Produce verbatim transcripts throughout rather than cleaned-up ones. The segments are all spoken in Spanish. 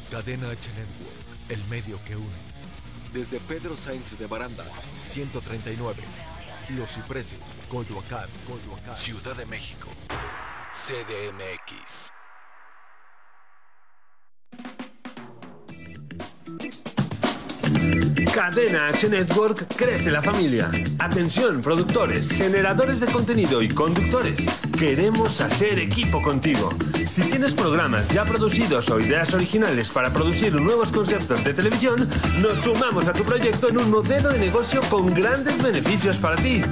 Cadena H Network, el medio que une. Desde Pedro Sainz de Baranda, ciento treinta y nueve. Los Cipreses, Coyoacán, Coyoacán, Ciudad de México. C D M X. Cadena H Network crece la familia. Atención, productores, generadores de contenido y conductores. Queremos hacer equipo contigo. Si tienes programas ya producidos o ideas originales para producir nuevos conceptos de televisión, nos sumamos a tu proyecto en un modelo de negocio con grandes beneficios para ti.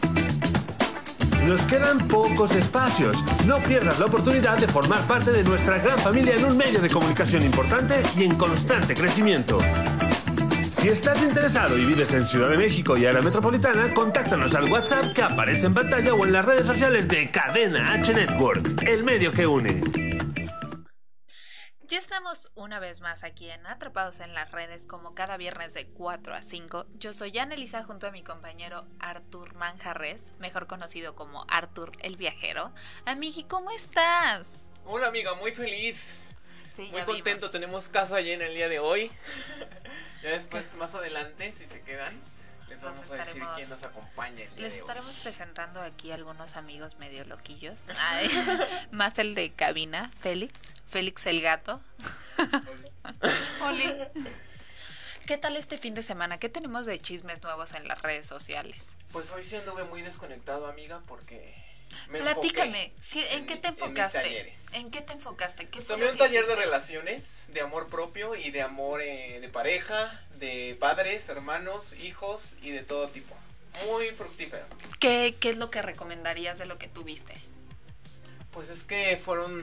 Nos quedan pocos espacios. No pierdas la oportunidad de formar parte de nuestra gran familia en un medio de comunicación importante y en constante crecimiento. Si estás interesado y vives en Ciudad de México y área metropolitana, contáctanos al WhatsApp que aparece en pantalla o en las redes sociales de Cadena H Network, el medio que une. Ya estamos una vez más aquí en Atrapados en las Redes, como cada viernes de cuatro a cinco. Yo soy Annelisa junto a mi compañero Artur Manjarres, mejor conocido como Artur el Viajero. Amigui, ¿cómo estás? Hola amiga, muy feliz. Sí, muy ya contento, vimos. Tenemos casa llena el día de hoy. Ya después, más adelante, si se quedan, les Los vamos a decir estaremos- quién nos acompaña el día Les de estaremos presentando aquí algunos amigos medio loquillos. Ay, más el de cabina, Félix. Félix el gato. Oli. ¿Qué tal este fin de semana? ¿Qué tenemos de chismes nuevos en las redes sociales? hoy. Pues hoy sí anduve muy desconectado, amiga, porque me Platícame, enfoqué sí, ¿en, en qué mi- te en mis enfocaste? talleres. ¿En qué te enfocaste? ¿Qué fue Tomé lo un que taller de hiciste? relaciones, de amor propio y de amor eh, de pareja, de padres, hermanos, hijos y de todo tipo. Muy fructífero. ¿Qué, ¿Qué es lo que recomendarías de lo que tuviste? Pues es que fueron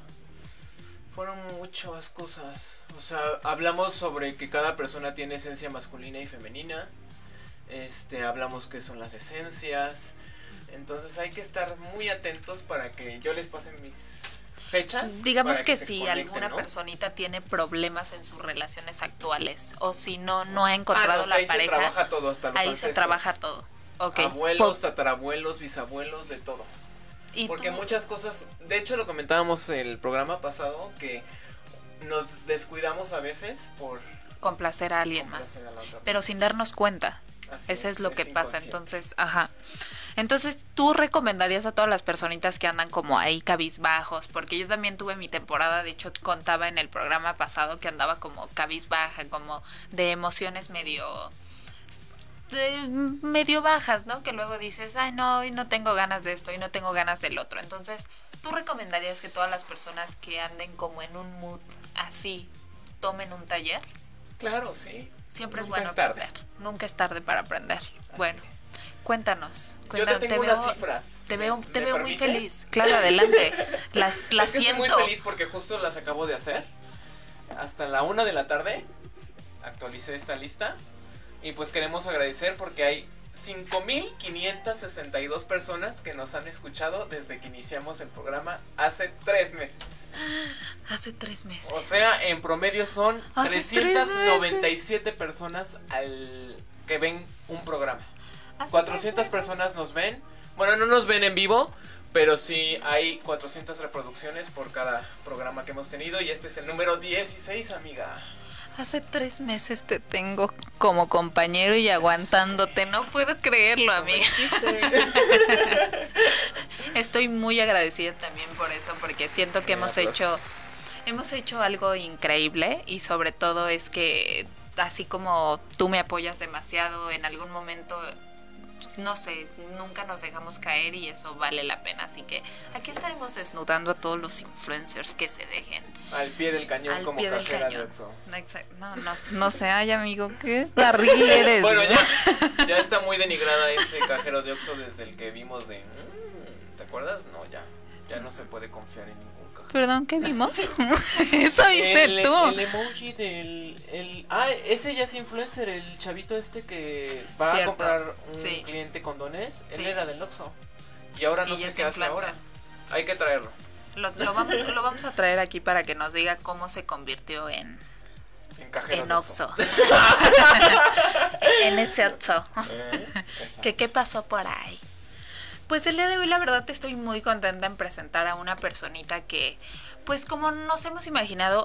fueron muchas cosas. O sea, hablamos sobre que cada persona tiene esencia masculina y femenina. Este, hablamos qué son las esencias. Entonces hay que estar muy atentos para que yo les pase mis fechas. Digamos para que, se si conecten, alguna ¿no? personita tiene problemas en sus relaciones actuales o si no no ha Ah, encontrado no, o sea, la ahí pareja, se trabaja todo, hasta los ahí ancestros. se trabaja todo. Okay. Abuelos, Po- tatarabuelos, bisabuelos, de todo. ¿y Porque tú? muchas cosas, de hecho lo comentábamos el programa pasado, que nos descuidamos a veces por complacer a alguien complacer más, a la otra pero sin darnos cuenta. persona. Así Ese es lo que pasa, inconsciente. entonces, ajá. Entonces, ¿tú recomendarías a todas las personitas que andan como ahí cabizbajos? Porque yo también tuve mi temporada, de hecho contaba en el programa pasado que andaba como cabizbaja, como de emociones medio de- medio bajas, ¿no? Que luego dices, ay, no, hoy no tengo ganas de esto y no tengo ganas del otro. Entonces, ¿tú recomendarías que todas las personas que anden como en un mood así tomen un taller? Claro, sí. Siempre Nunca es bueno es tarde. aprender. Nunca es tarde para aprender. Bueno, Así es. cuéntanos. Yo cuéntanos. te tengo veo, unas cifras. Te ¿Me- veo, te me veo muy permites? feliz. Claro, adelante. Las, las Es que siento. estoy muy feliz porque justo las acabo de hacer. Hasta la una de la tarde actualicé esta lista. Y pues queremos agradecer porque hay cinco mil quinientas sesenta y dos personas que nos han escuchado desde que iniciamos el programa hace tres meses. Hace tres meses. O sea, en promedio son Hace tres trescientas noventa y siete personas al que ven un programa. Hace cuatrocientas tres meses. personas nos ven. Bueno, no nos ven en vivo, pero sí hay cuatrocientas reproducciones por cada programa que hemos tenido. Y este es el número dieciséis, amiga. Hace tres meses te tengo como compañero y aguantándote. No puedo creerlo, amiga. Estoy muy agradecida también por eso, porque siento que Bien, hemos aplausos. hecho, hemos hecho algo increíble y sobre todo es que así como tú me apoyas demasiado en algún momento, no sé, nunca nos dejamos caer y eso vale la pena. Así que aquí Así estaremos es. desnudando a todos los influencers que se dejen. Al pie del cañón Al como pie del cajera de cañón. Oxxo. Exacto. No, no, no sé, ay amigo, qué barril eres. Bueno, ¿no? ya, ya está muy denigrada ese cajero de Oxxo desde el que vimos de... mm, ¿te acuerdas? No, ya. Ya no se puede confiar en ningún cajero. Perdón, ¿qué vimos? Eso viste el, tú. el emoji del... El, ah, ese ya es influencer, el chavito este que va Cierto, a comprar un sí. cliente condones. Él Sí. era del Oxxo. Y ahora no Y ya sé es qué hace influencer. ahora. Hay que traerlo. Lo, lo vamos, lo vamos a traer aquí para que nos diga cómo se convirtió en, En cajero en de Oxxo. Oxxo. En ese Oxxo. Eh, exacto. ¿Qué, ¿Qué pasó por ahí? Pues el día de hoy la verdad estoy muy contenta en presentar a una personita que, pues como nos hemos imaginado,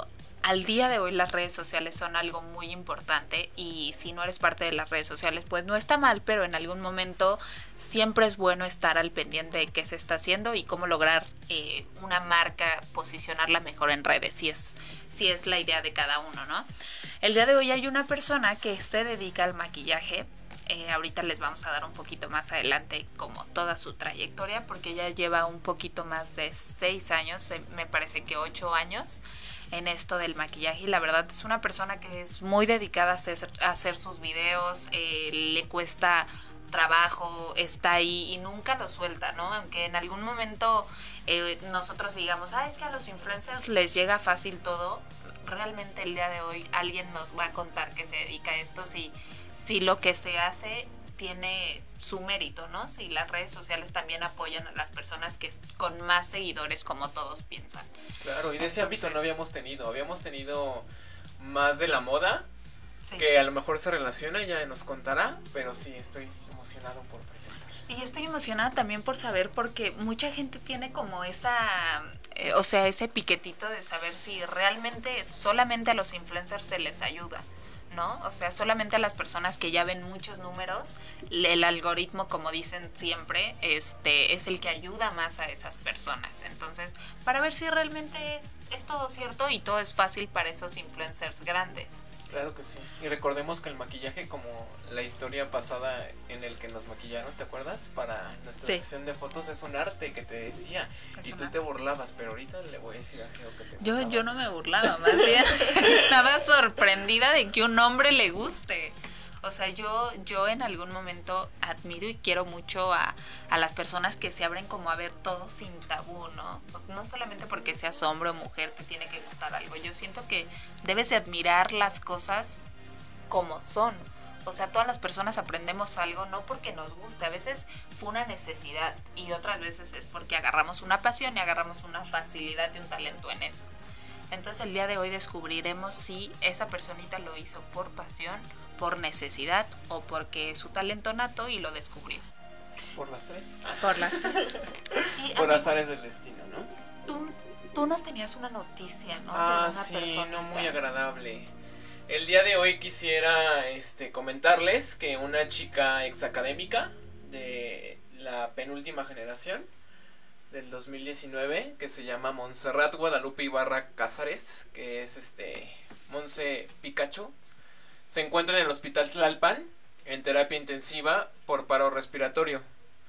al día de hoy las redes sociales son algo muy importante y si no eres parte de las redes sociales pues no está mal, pero en algún momento siempre es bueno estar al pendiente de qué se está haciendo y cómo lograr eh, una marca, posicionarla mejor en redes, si es, si es la idea de cada uno, ¿no? El día de hoy hay una persona que se dedica al maquillaje. Eh, ahorita les vamos a dar un poquito más adelante como toda su trayectoria, porque ella lleva un poquito más de seis años, eh, me parece que ocho años en esto del maquillaje, y la verdad es una persona que es muy dedicada a hacer, a hacer sus videos, eh, le cuesta trabajo, está ahí y nunca lo suelta, ¿no? Aunque en algún momento eh, nosotros digamos, ah, es que a los influencers les llega fácil todo, realmente el día de hoy alguien nos va a contar que se dedica a esto, si si lo que se hace tiene su mérito, ¿no? Si las redes sociales también apoyan a las personas que con más seguidores como todos piensan. Claro, y de ese Entonces, ámbito no habíamos tenido, habíamos tenido más de la moda, sí. que a lo mejor se relaciona, ya nos contará, pero sí, estoy emocionado por presentar. Y estoy emocionada también por saber, porque mucha gente tiene como esa, eh, o sea, ese piquetito de saber si realmente solamente a los influencers se les ayuda, ¿no? O sea, solamente a las personas que ya ven muchos números, el algoritmo, como dicen siempre, este es el que ayuda más a esas personas. Entonces, para ver si realmente es, es todo cierto y todo es fácil para esos influencers grandes. Claro que sí. Y recordemos que el maquillaje, como la historia pasada en el que nos maquillaron, ¿te acuerdas? Para nuestra Sí. sesión de fotos, es un arte que te decía. Es y tú una- te burlabas, pero ahorita le voy a decir a Geo que te Yo, burlabas. yo no me burlaba, más bien estaba sorprendida de que un hombre le guste. O sea, yo, yo en algún momento admiro y quiero mucho a, a las personas que se abren como a ver todo sin tabú, ¿no? No solamente porque seas hombre o mujer te tiene que gustar algo. Yo siento que debes de admirar las cosas como son. O sea, todas las personas aprendemos algo no porque nos guste, a veces fue una necesidad y otras veces es porque agarramos una pasión y agarramos una facilidad y un talento en eso. Entonces el día de hoy descubriremos si esa personita lo hizo por pasión, por necesidad o porque es su talento nato y lo descubrió. Por las tres. Por las tres. Y Por amigo, azares del destino, ¿no? tú, tú nos tenías una noticia, ¿no? Ah, de una sí, persona no muy agradable. El día de hoy quisiera este, comentarles que una chica exacadémica de la penúltima generación del dos mil diecinueve, que se llama Montserrat Guadalupe Ibarra Cázares, que es este Monse Pikachu, se encuentra en el hospital Tlalpan en terapia intensiva por paro respiratorio.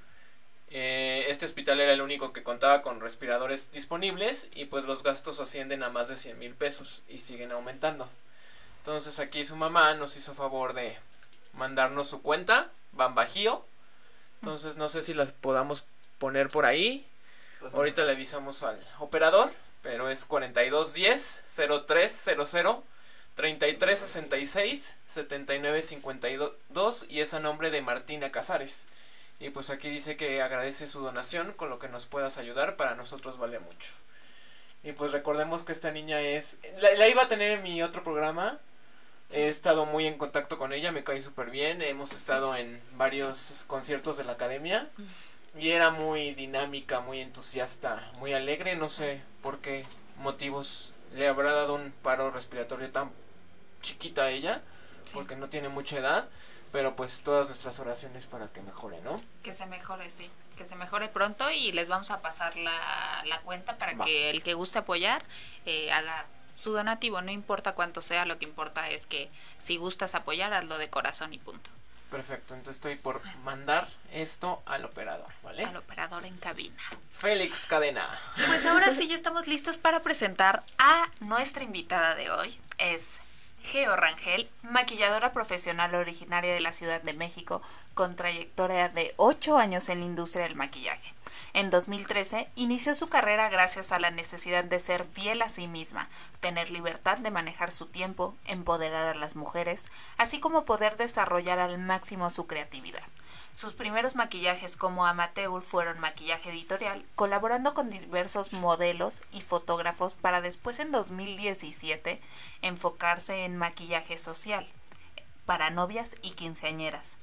Eh, este hospital era el único que contaba con respiradores disponibles y pues los gastos ascienden a más de cien mil pesos y siguen aumentando. Entonces aquí su mamá nos hizo favor de mandarnos su cuenta, Bambajío. Entonces no sé si las podamos poner por ahí. Ahorita le avisamos al operador, pero es cuarenta y dos diez cero tres cero cero treinta y tres sesenta y seis setenta y nueve cincuenta y dos y es a nombre de Martina Cázares. Y pues aquí dice que agradece su donación, con lo que nos puedas ayudar, para nosotros vale mucho. Y pues recordemos que esta niña es... La, la iba a tener en mi otro programa. Sí. He estado muy en contacto con ella, me cae súper bien. Hemos estado sí. en varios conciertos de la academia. Y era muy dinámica, muy entusiasta, muy alegre. No sé por qué motivos le habrá dado un paro respiratorio tan chiquita a ella. Sí. Porque no tiene mucha edad. Pero pues todas nuestras oraciones para que mejore, ¿no? Que se mejore, sí. Que se mejore pronto y les vamos a pasar la, la cuenta para Va. que el que guste apoyar eh, haga su donativo. No importa cuánto sea, lo que importa es que si gustas apoyar, hazlo de corazón y punto. Perfecto, entonces estoy por mandar esto al operador, ¿vale? Al operador en cabina. Félix Cadena. Pues ahora sí ya estamos listos para presentar a nuestra invitada de hoy. Es Geo Rangel, maquilladora profesional originaria de la Ciudad de México, con trayectoria de ocho años en la industria del maquillaje. En dos mil trece inició su carrera gracias a la necesidad de ser fiel a sí misma, tener libertad de manejar su tiempo, empoderar a las mujeres, así como poder desarrollar al máximo su creatividad. Sus primeros maquillajes como amateur fueron maquillaje editorial, colaborando con diversos modelos y fotógrafos para después en dos mil diecisiete enfocarse en maquillaje social para novias y quinceañeras.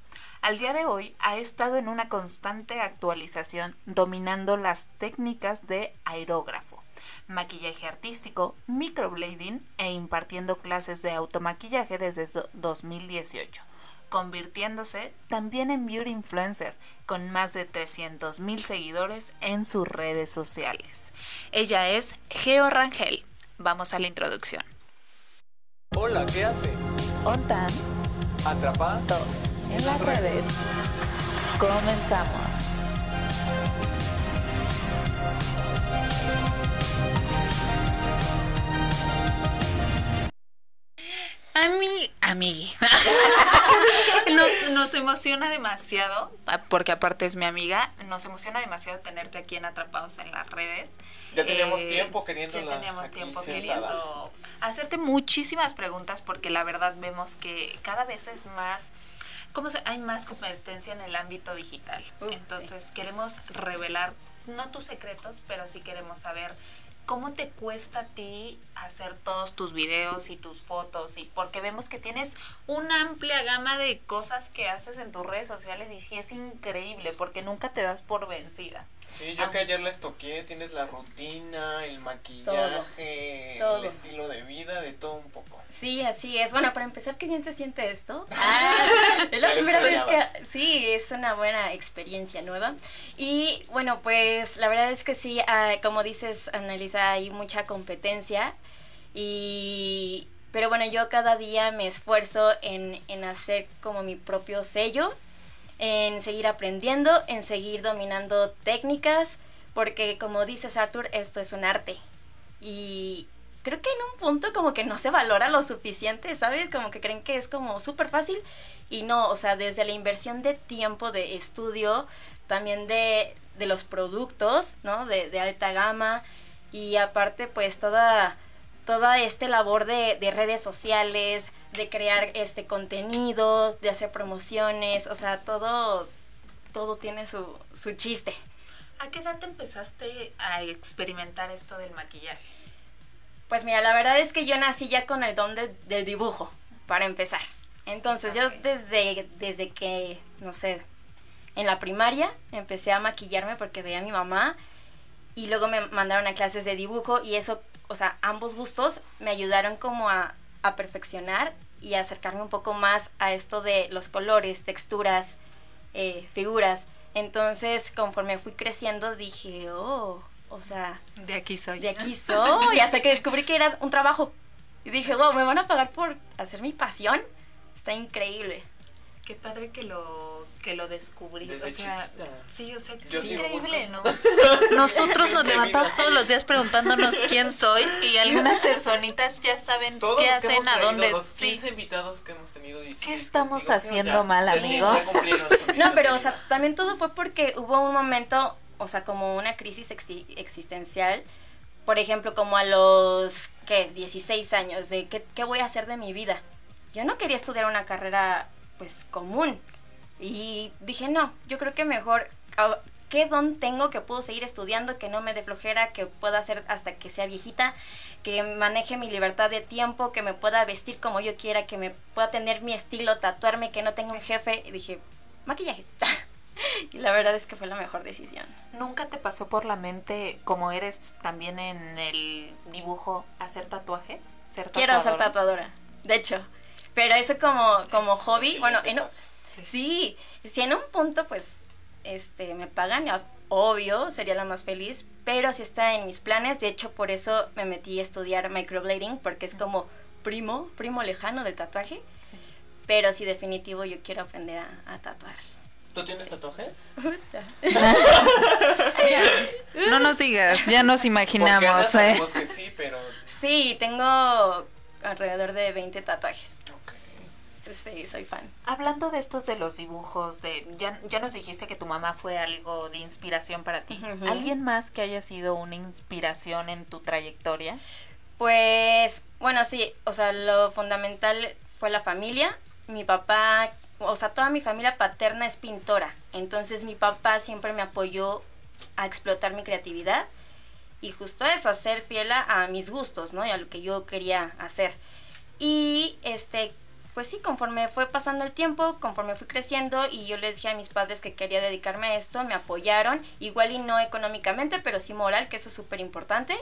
Al día de hoy ha estado en una constante actualización, dominando las técnicas de aerógrafo, maquillaje artístico, microblading e impartiendo clases de automaquillaje desde dos mil dieciocho, convirtiéndose también en beauty influencer con más de trescientos mil seguidores en sus redes sociales. Ella es Geo Rangel. Vamos a la introducción. Hola, ¿qué hace? Ontan Atrapa dos en las redes. Comenzamos. A mí, a mí. nos, nos emociona demasiado, porque aparte es mi amiga, nos emociona demasiado tenerte aquí en Atrapados en las redes. Ya tenemos Eh, tiempo queriéndola Ya teníamos aquí tiempo sentada. queriendo hacerte muchísimas preguntas, porque la verdad vemos que cada vez es más, ¿cómo se, hay más competencia en el ámbito digital? Uh, Entonces queremos revelar, no tus secretos, pero sí queremos saber ¿cómo te cuesta a ti hacer todos tus videos y tus fotos? Y porque vemos que tienes una amplia gama de cosas que haces en tus redes sociales y sí es increíble porque nunca te das por vencida. Sí, yo Ah. que ayer les toqué, tienes la rutina, el maquillaje, Todo, todo. el estilo de vida, de todo un poco. Sí, así es. Bueno, para empezar, qué bien se siente esto. Es la Ya lo primera vez extrañabas. que... Sí, es una buena experiencia nueva. Y bueno, pues la verdad es que sí, ah, como dices, Annalisa, hay mucha competencia. Y... Pero bueno, yo cada día me esfuerzo en, en hacer como mi propio sello, en seguir aprendiendo, en seguir dominando técnicas, porque como dices, Arthur, esto es un arte. Y creo que en un punto como que no se valora lo suficiente, ¿sabes? Como que creen que es como súper fácil y no, o sea, desde la inversión de tiempo, de estudio, también de, de los productos, ¿no? De, de alta gama y aparte pues toda, toda este labor de, de redes sociales, de crear este contenido, de hacer promociones, o sea, todo, todo tiene su, su chiste. ¿A qué edad te empezaste a experimentar esto del maquillaje? Pues mira, la verdad es que yo nací ya con el don del, del dibujo, para empezar. Entonces yo Ok. desde, desde que, no sé, en la primaria empecé a maquillarme porque veía a mi mamá y luego me mandaron a clases de dibujo y eso, o sea, ambos gustos me ayudaron como a, a perfeccionar y a acercarme un poco más a esto de los colores, texturas, eh, figuras. Entonces, conforme fui creciendo, dije, oh, o sea, De aquí soy. de aquí soy, hasta que descubrí que era un trabajo. Y dije, wow, ¿me van a pagar por hacer mi pasión? Está increíble. Qué padre que lo que lo descubrí. Desde o sea, chiquita. sí, o sea, que Yo es sigo increíble, ¿no? buscando. Nosotros nos De levantamos vida. todos los días preguntándonos quién soy y algunas personitas ya saben Todos qué los que hacen, hemos a traído, dónde. los Sí. quince invitados que hemos tenido. Y ¿Qué sí, estamos contigo, haciendo ya, mal, ya, amigo? ya cumplieron su misión No, pero, de o sea, vida. también todo fue porque hubo un momento, o sea, como una crisis exi- existencial. Por ejemplo, como a los, ¿qué? dieciséis años, de ¿qué, qué voy a hacer de mi vida? Yo no quería estudiar una carrera, pues, común. Y dije, no, yo creo que mejor, ah, ¿qué don tengo que puedo seguir estudiando, que no me dé flojera, que pueda hacer hasta que sea viejita, que maneje mi libertad de tiempo, que me pueda vestir como yo quiera, que me pueda tener mi estilo, tatuarme, que no tenga un jefe? Y dije, maquillaje. Y la verdad es que fue la mejor decisión. ¿Nunca te pasó por la mente, como eres también en el dibujo, hacer tatuajes? ¿Ser Quiero ser tatuadora? tatuadora, de hecho. Pero eso como, como hobby, Sí, bueno, te en un- paso. sí, si en un punto pues este me pagan, ya, obvio, sería la más feliz, pero si está en mis planes, de hecho por eso me metí a estudiar microblading, porque es como primo, primo lejano del tatuaje, Sí. pero sí definitivo yo quiero aprender a, a tatuar. ¿Tú tienes tatuajes? No nos digas, ya nos Porque imaginamos, Ana ¿eh? sabemos que sí, pero... Sí, tengo alrededor de veinte tatuajes. Ok. Sí, soy fan. Hablando de estos de los dibujos, de ya, ya nos dijiste que tu mamá fue algo de inspiración para ti. Ujú. ¿Alguien más que haya sido una inspiración en tu trayectoria? Pues, bueno, sí, o sea, lo fundamental fue la familia. Mi papá, o sea, toda mi familia paterna es pintora. Entonces mi papá siempre me apoyó a explotar mi creatividad y justo eso, a ser fiel a, a mis gustos, ¿no? Y a lo que yo quería hacer. Y este, pues sí, conforme fue pasando el tiempo, conforme fui creciendo y yo les dije a mis padres que quería dedicarme a esto, me apoyaron, igual y no económicamente, pero sí moral, que eso es súper importante.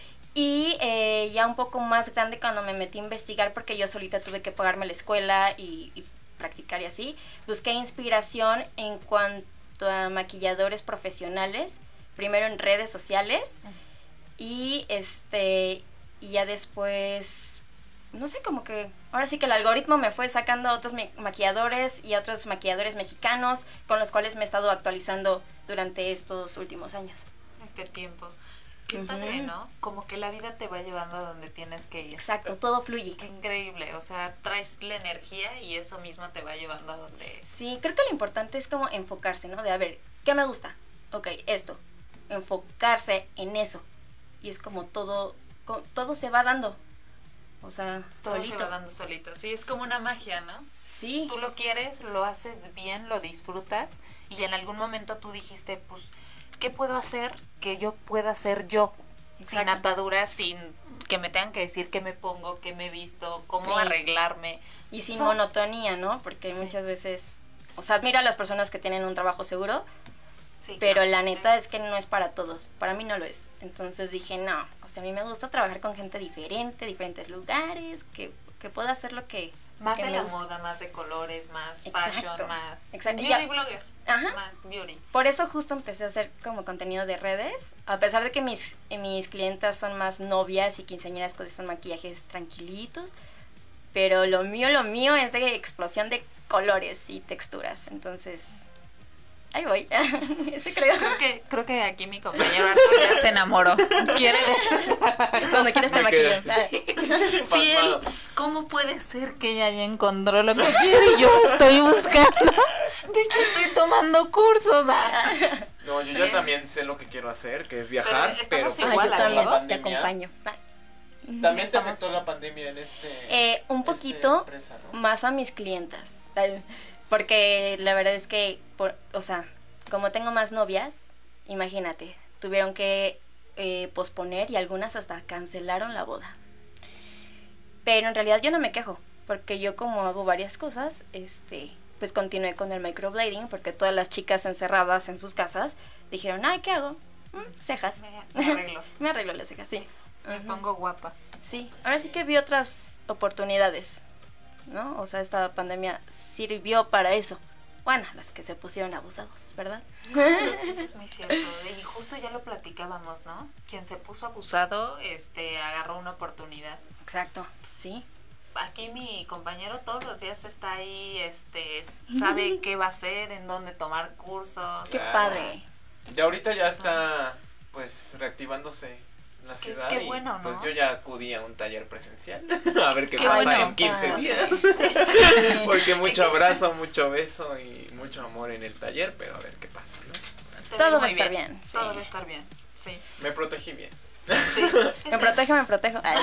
Y eh, ya un poco más grande cuando me metí a investigar, porque yo solita tuve que pagarme la escuela y, y practicar y así, busqué inspiración en cuanto a maquilladores profesionales, primero en redes sociales y este y ya después, no sé, como que ahora sí que el algoritmo me fue sacando a otros maquilladores y a otros maquilladores mexicanos con los cuales me he estado actualizando durante estos últimos años. Este tiempo. Qué uh-huh. padre, ¿no? Como que la vida te va llevando a donde tienes que ir. Exacto, todo fluye. Qué increíble, o sea, traes la energía y eso mismo te va llevando a donde... Sí, creo que lo importante es como enfocarse, ¿no? De, a ver, ¿qué me gusta? Ok, esto. Enfocarse en eso. Y es como todo, como, todo se va dando. O sea, todo solito. se va dando solito. Sí, es como una magia, ¿no? Sí. Tú lo quieres, lo haces bien, lo disfrutas y en algún momento tú dijiste, pues... ¿qué puedo hacer que yo pueda hacer yo? Exacto. Sin ataduras, sin que me tengan que decir qué me pongo, qué me he visto, cómo sí. arreglarme. Y sin no. monotonía, ¿no? Porque sí. muchas veces, o sea, admiro a las personas que tienen un trabajo seguro, sí, pero claro. la neta es que no es para todos. Para mí no lo es. Entonces dije, no, o sea, a mí me gusta trabajar con gente diferente, diferentes lugares, que, que pueda hacer lo que... Más que de la gusta. moda, más de colores, más Exacto. fashion, más Exacto. beauty Ya. blogger, Ajá. más beauty. Por eso justo empecé a hacer como contenido de redes, a pesar de que mis, eh, mis clientas son más novias y quinceañeras que son maquillajes tranquilitos, pero lo mío, lo mío es de explosión de colores y texturas, entonces... ahí voy, ese creo. Creo que, creo que aquí mi compañero Arthur ya se enamoró. Quiere cuando quieres te maquillas. Sí, él, ¿cómo puede ser que ella ya encontró lo que quiere y yo estoy buscando? De hecho, estoy tomando cursos. No, yo ya es... también sé lo que quiero hacer, que es viajar, pero, pero pues, ah, yo también te acompaño. ¿También te afectó la pandemia en este eh, un poquito empresa, ¿no? Más a mis clientas. Porque la verdad es que, por, o sea, como tengo más novias, imagínate, tuvieron que eh, posponer y algunas hasta cancelaron la boda. Pero en realidad yo no me quejo, porque yo como hago varias cosas, este, pues continué con el microblading, porque todas las chicas encerradas en sus casas dijeron, ay, ¿qué hago? Mm, cejas. Me, me arreglo. me arreglo las cejas, sí. sí me uh-huh. pongo guapa. Sí, ahora sí que vi otras oportunidades, ¿no? O sea, esta pandemia sirvió para eso. Bueno, las que se pusieron abusados, ¿verdad? Eso es muy cierto. Y justo ya lo platicábamos, ¿no? Quien se puso abusado, este, agarró una oportunidad. Exacto, sí. Aquí mi compañero todos los días está ahí, este, sabe qué va a hacer, en dónde tomar cursos. Qué padre. Ya ahorita ya está, pues, reactivándose la ciudad. Qué, qué y bueno, ¿no? Pues yo ya acudí a un taller presencial a ver qué, qué pasa bueno, en quince pa, días sí, sí. Porque mucho abrazo, mucho beso y mucho amor en el taller, pero a ver qué pasa, ¿no? Todo va a estar bien, bien sí. Todo va a estar bien, sí. Me protegí bien. Sí, me protejo, me protejo. Ay,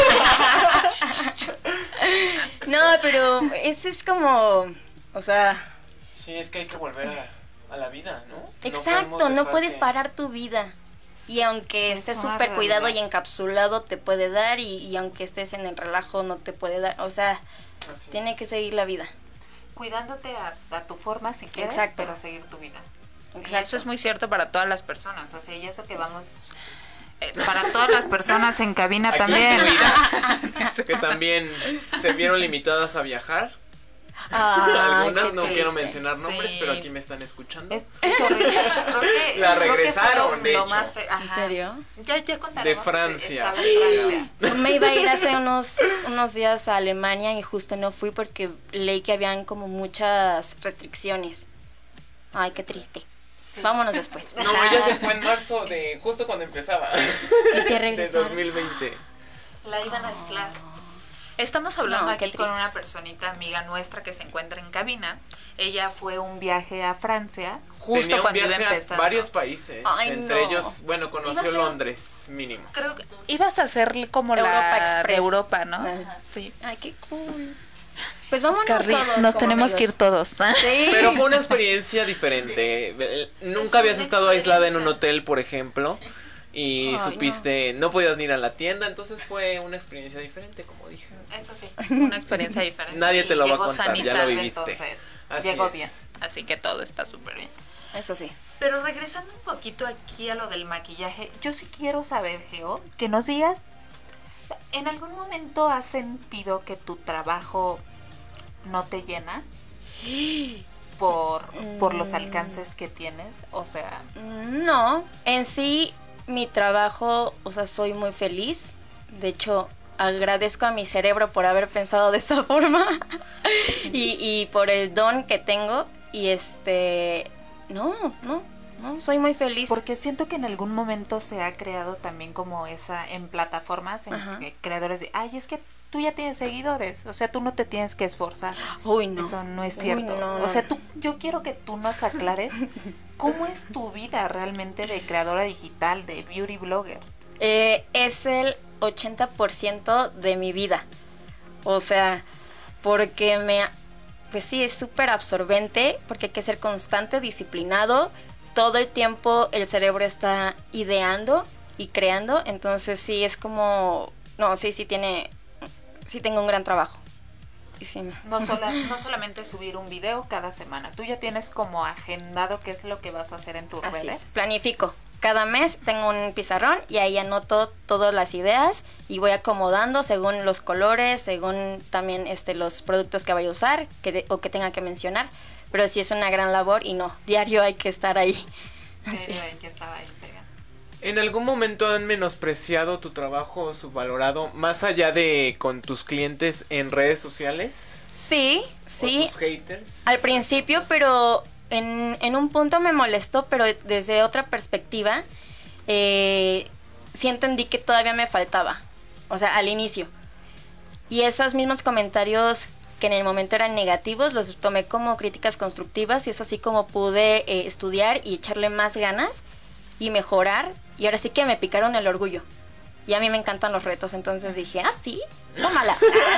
no, pero ese es como, o sea... Sí, es que hay que volver a, a la vida, ¿no? Exacto, no, no puedes que... parar tu vida. Y aunque es estés súper cuidado y encapsulado te puede dar, y, y aunque estés en el relajo no te puede dar, o sea, así tiene es. que seguir la vida. Cuidándote a, a tu forma si quieres, exacto, pero seguir tu vida. Exacto. Y eso es muy cierto para todas las personas, o sea, y eso que sí. vamos... Eh, para todas las personas en cabina aquí también. Que también se vieron limitadas a viajar. Ah, algunas no triste. quiero mencionar nombres, sí. pero aquí me están escuchando. Es, es horrible. Creo que la regresaron, creo que de lo hecho. Más fe... ¿En serio? Ya, ya contaremos. De Francia. En Francia. Me iba a ir hace unos, unos días a Alemania y justo no fui porque leí que habían como muchas restricciones. Ay, qué triste. Sí. Vámonos después. No, ella se fue en marzo de justo cuando empezaba. ¿Y te regresaron? De dos mil veinte. La iban a aislar. Estamos hablando no, aquí con una personita amiga nuestra que se encuentra en cabina. Ella fue un viaje a Francia justo Tenía un cuando viaje iba a empezar. A varios países, Ay, entre no. ellos, bueno, conoció Londres, mínimo. Creo que ibas a hacer como Europa la Express. de Europa, ¿no? Ajá. Sí. Ay, qué cool. Pues vámonos Carly, todos. nos tenemos amigos. que ir todos. Sí. Pero fue una experiencia diferente. Sí. Nunca habías estado aislada en un hotel, por ejemplo. y Ay, supiste, no. no podías ni ir a la tienda, entonces fue una experiencia diferente, como dije. Eso sí, una experiencia diferente. Nadie te lo y va a llegó contar, san y ya lo salve, viviste. Entonces, Así llegó es. bien, así que todo está súper bien. Eso sí. Pero regresando un poquito aquí a lo del maquillaje, yo sí quiero saber, Geo, que nos digas, ¿en algún momento has sentido que tu trabajo no te llena por, por los alcances que tienes? O sea... No, en sí mi trabajo, o sea, soy muy feliz. De hecho, agradezco a mi cerebro por haber pensado de esa forma y, y por el don que tengo. Y este, no, no, no, soy muy feliz. Porque siento que en algún momento se ha creado también como esa en plataformas, en Ajá. que creadores de, ay, es que tú ya tienes seguidores, o sea, tú no te tienes que esforzar. Uy, no. Eso no es Uy, cierto. no, o no, sea, no. tú, yo quiero que tú nos aclares cómo es tu vida realmente de creadora digital, de beauty blogger. Eh, es el ochenta por ciento de mi vida. O sea, porque me... Pues sí, es súper absorbente, porque hay que ser constante, disciplinado. Todo el tiempo el cerebro está ideando y creando. Entonces sí, es como... No, sí, sí tiene... Sí tengo un gran trabajo. Y sí, no. No, sola, no solamente subir un video cada semana, tú ya tienes como agendado qué es lo que vas a hacer en tus Así redes. es, planifico. Cada mes tengo un pizarrón y ahí anoto todas las ideas y voy acomodando según los colores, según también este los productos que vaya a usar que de- o que tenga que mencionar. Pero sí es una gran labor y no, diario hay que estar ahí. Sí, Sí. que estaba ahí pegando. ¿En algún momento han menospreciado tu trabajo o subvalorado más allá de con tus clientes en redes sociales? Sí, ¿O sí. tus haters? Al principio, pero en, en un punto me molestó, pero desde otra perspectiva, eh, sí entendí que todavía me faltaba, o sea, al inicio. Y esos mismos comentarios que en el momento eran negativos, los tomé como críticas constructivas y es así como pude eh, estudiar y echarle más ganas y mejorar. Y ahora sí que me picaron el orgullo. Y a mí me encantan los retos, entonces dije, ah, sí, tómala.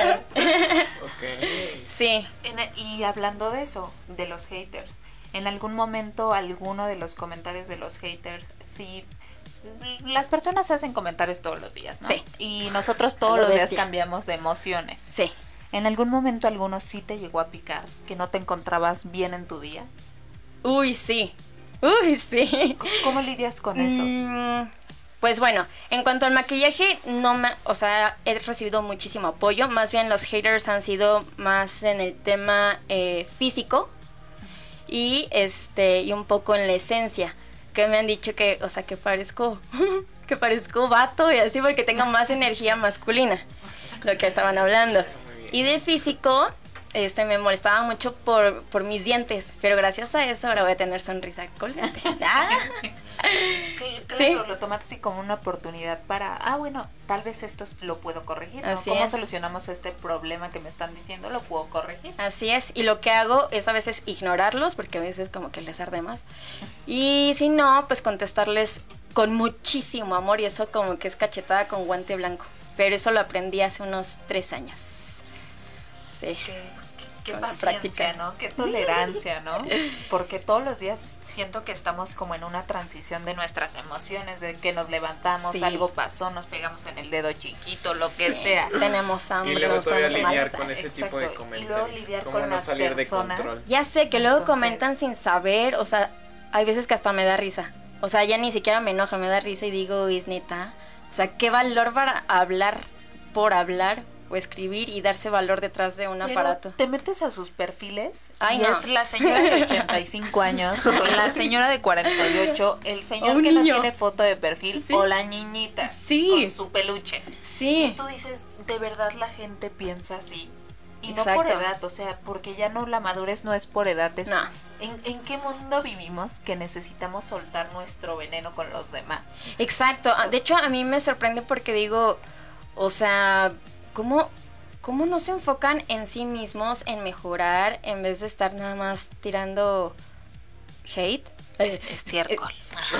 Ok. Sí. En e- y hablando de eso, de los haters, ¿en algún momento alguno de los comentarios de los haters, sí, las personas hacen comentarios todos los días, ¿no? Sí. Y nosotros todos Lo los días bestia. cambiamos de emociones. Sí. ¿En algún momento alguno sí te llegó a picar, que no te encontrabas bien en tu día? Uy, sí. Uy, sí. C- ¿Cómo lidias con esos? Mm, pues bueno, en cuanto al maquillaje, no me, o sea, he recibido muchísimo apoyo. Más bien los haters han sido más en el tema eh, físico y este y un poco en la esencia, que me han dicho que, o sea, que parezco que parezco vato y así porque tengo más energía masculina, lo que estaban hablando. Y de físico, este me molestaba mucho por, por mis dientes, pero gracias a eso ahora voy a tener sonrisa colgante. Ah. Cl- Sí. Claro, lo tomaste así como una oportunidad para, ah, bueno, tal vez esto es- lo puedo corregir, ¿no? Así ¿Cómo es. solucionamos este problema que me están diciendo? Lo puedo corregir. Así es, y lo que hago es a veces ignorarlos porque a veces como que les arde más. Y si no, pues contestarles con muchísimo amor y eso como que es cachetada con guante blanco. Pero eso lo aprendí hace unos tres años. Sí. Qué, qué Con la paciencia, práctica. ¿no? Qué tolerancia, ¿no? Porque todos los días siento que estamos como en una transición de nuestras emociones, de que nos levantamos, Sí. algo pasó, nos pegamos en el dedo chiquito, lo que sea. Tenemos hambre. Y luego nos todavía ponemos lidiar mal. con ese Exacto, tipo de y comentarios. luego lidiar Cómo con no las salir personas. de control. Ya sé que luego Entonces- comentan sin saber, o sea, hay veces que hasta me da risa. O sea, ya ni siquiera me enoja, me da risa y digo, es neta. O sea, qué valor para hablar por hablar o escribir y darse valor detrás de un Pero aparato. te metes a sus perfiles Ay, y no. es la señora de ochenta y cinco años, la señora de cuarenta y ocho, el señor Un que no niño. tiene foto de perfil Sí. o la niñita Sí. con su peluche. Y Sí, tú dices, de verdad la gente piensa así. Y no Exacto. por edad, o sea, porque ya no, la madurez no es por edad. Es no. ¿En, ¿En qué mundo vivimos que necesitamos soltar nuestro veneno con los demás? Exacto. Ah, de hecho, a mí me sorprende porque digo, o sea, ¿cómo, cómo no se enfocan en sí mismos, en mejorar, en vez de estar nada más tirando hate? Estiércol.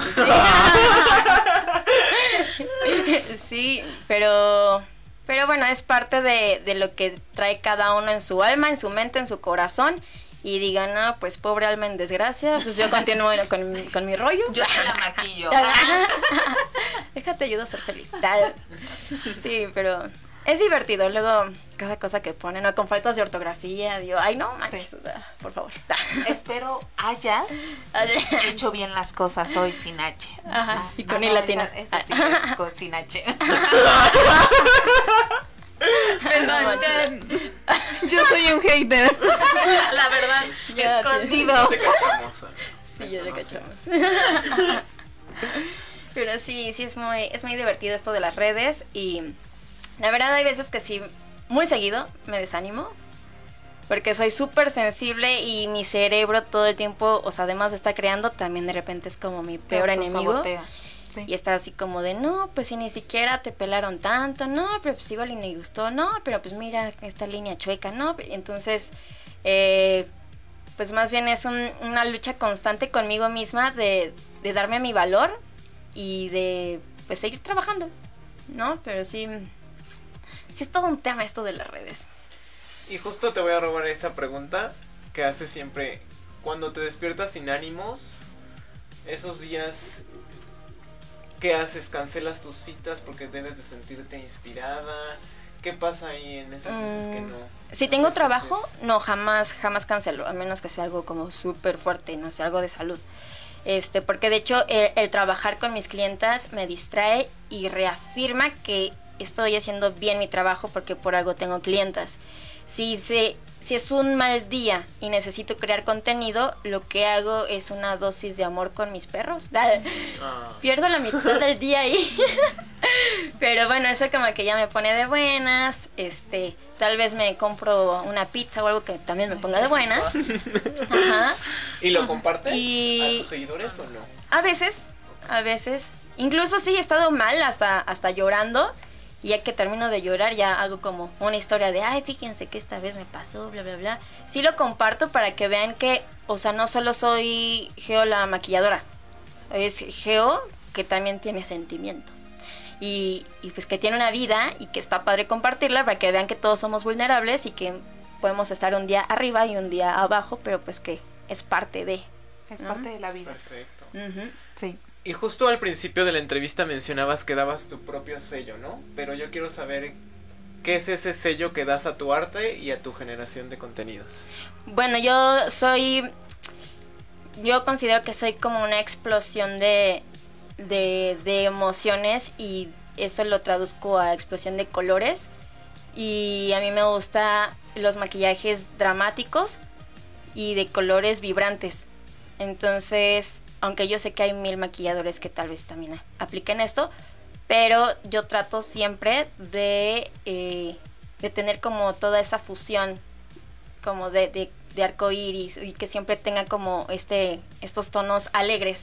Sí, pero, pero bueno, es parte de, de lo que trae cada uno en su alma, en su mente, en su corazón. y digan, no, pues pobre alma en desgracia, pues yo continúo con, mi- con mi rollo. Yo te la maquillo. Déjate, ayudo a ser feliz. Sí, pero es divertido. Luego, cada cosa que ponen, ¿no? Con faltas de ortografía, digo, ay, no manches, Sí. o sea, por favor. Espero hayas hecho bien las cosas hoy sin H. Ajá, Ah, y con ah, I no, latina. Esa, esa sí que es con, sin H. No manches. Perdón, yo soy un hater. La verdad, Ya, escondido. Te cachamos. Sí, Eso ya le no cachamos. hacemos. Pero sí, sí es muy, es muy divertido esto de las redes y la verdad hay veces que sí, muy seguido me desanimo porque soy súper sensible y mi cerebro todo el tiempo, o sea, además de estar creando, también de repente es como mi peor enemigo. Autosabotea. Sí. Y está así como de, no, pues si ni siquiera te pelaron tanto, no, pero pues igual y me gustó, no, pero pues mira esta línea chueca, no. Entonces, eh, pues más bien es un- una lucha constante conmigo misma de, de darme mi valor y de pues seguir trabajando, ¿no? Pero sí, sí es todo un tema esto de las redes. Y justo te voy a robar esa pregunta que haces siempre. Cuando te despiertas sin ánimos, esos días, ¿qué haces? ¿Cancelas tus citas porque debes de sentirte inspirada? ¿Qué pasa ahí en esas veces que no? Si no tengo te trabajo, sientes? no, jamás, jamás cancelo, a menos que sea algo como súper fuerte, no sé, algo de salud. Este, porque de hecho el, el trabajar con mis clientas me distrae y reafirma que estoy haciendo bien mi trabajo porque por algo tengo clientas. Si, se, si es un mal día y necesito crear contenido, lo que hago es una dosis de amor con mis perros. Ah. Pierdo la mitad del día ahí. Pero bueno, eso como que ya me pone de buenas. Este, tal vez me compro una pizza o algo que también me ponga de buenas. Ajá. ¿Y lo compartes Y- a tus seguidores o no? A veces, a veces. Incluso sí he estado mal, hasta, hasta llorando. Y ya que termino de llorar, ya hago como una historia de, ay, fíjense que esta vez me pasó, bla, bla, bla. Sí lo comparto para que vean que, o sea, no solo soy Geo la maquilladora. Es Geo que también tiene sentimientos. Y, y pues que tiene una vida y que está padre compartirla para que vean que todos somos vulnerables y que podemos estar un día arriba y un día abajo, pero pues que es parte de. Es ¿no? parte de la vida. Perfecto. Ujú. Sí. Y justo al principio de la entrevista mencionabas que dabas tu propio sello, ¿no? Pero yo quiero saber qué es ese sello que das a tu arte y a tu generación de contenidos. Bueno, yo soy, yo considero que soy como una explosión de, de, de emociones y eso lo traduzco a explosión de colores. Y a mí me gustan los maquillajes dramáticos y de colores vibrantes. Entonces, aunque yo sé que hay mil maquilladores que tal vez también apliquen esto, pero yo trato siempre de, eh, de tener como toda esa fusión como de, de, de arcoíris y que siempre tenga como este estos tonos alegres.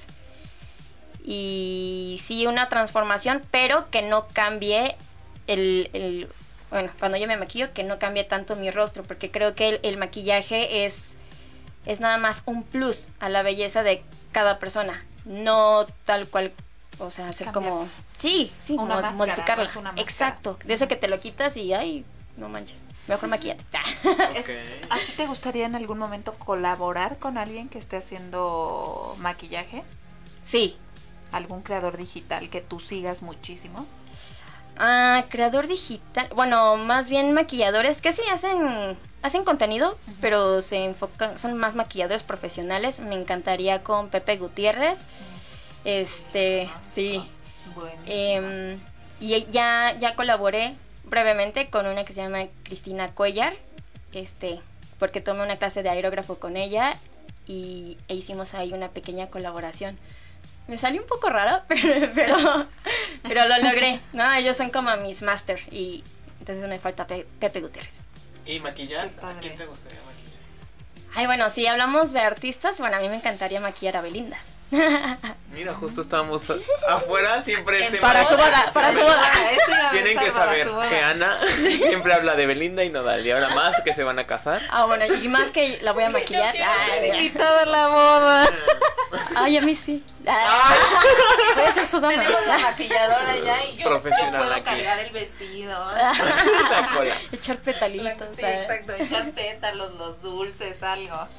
Y sí, una transformación, pero que no cambie el, el bueno, cuando yo me maquillo, que no cambie tanto mi rostro, porque creo que el, el maquillaje es, es nada más un plus a la belleza de cada persona, no tal cual, o sea, hacer Cambiar. como, sí, sí, Una mo- máscara, modificarla. no es una máscara. Exacto, de eso que te lo quitas y ay, no manches, mejor maquillate. Es- Ok. ¿A ti te gustaría en algún momento colaborar con alguien que esté haciendo maquillaje? Sí. ¿Algún creador digital que tú sigas muchísimo? Ah, creador digital, bueno, más bien maquilladores que sí hacen hacen contenido, pero se enfocan, son más maquilladores profesionales. Me encantaría con Pepe Gutiérrez. Este, sí. Buenísimo. Em, y ya ya colaboré brevemente con una que se llama Cristina Cuellar, este, porque tomé una clase de aerógrafo con ella y e hicimos ahí una pequeña colaboración. Me salió un poco raro, pero, pero, pero lo logré, ¿no? Ellos son como mis máster y entonces me falta Pe- Pepe Gutiérrez. ¿Y maquillar? Qué padre. ¿A quién te gustaría maquillar? Ay, bueno, si hablamos de artistas, bueno, a mí me encantaría maquillar a Belinda. Mira, justo estábamos a- afuera, siempre En este Para ma- su boda, para su boda. Eso iba a Tienen pensar que para saber su boda. que Ana siempre habla de Belinda y Nodal, y ahora más que se van a casar. Ah, bueno, y más que la voy a maquillar. Ay, mira. Invitada a la boda. Ay, a mí sí. Ay, voy a hacer su dama. Tenemos la maquilladora ya y yo, yo Profesional puedo aquí. cargar el vestido. La cola. Echar petalitos. Sí, ¿sabes? exacto, echar pétalos, los dulces, algo.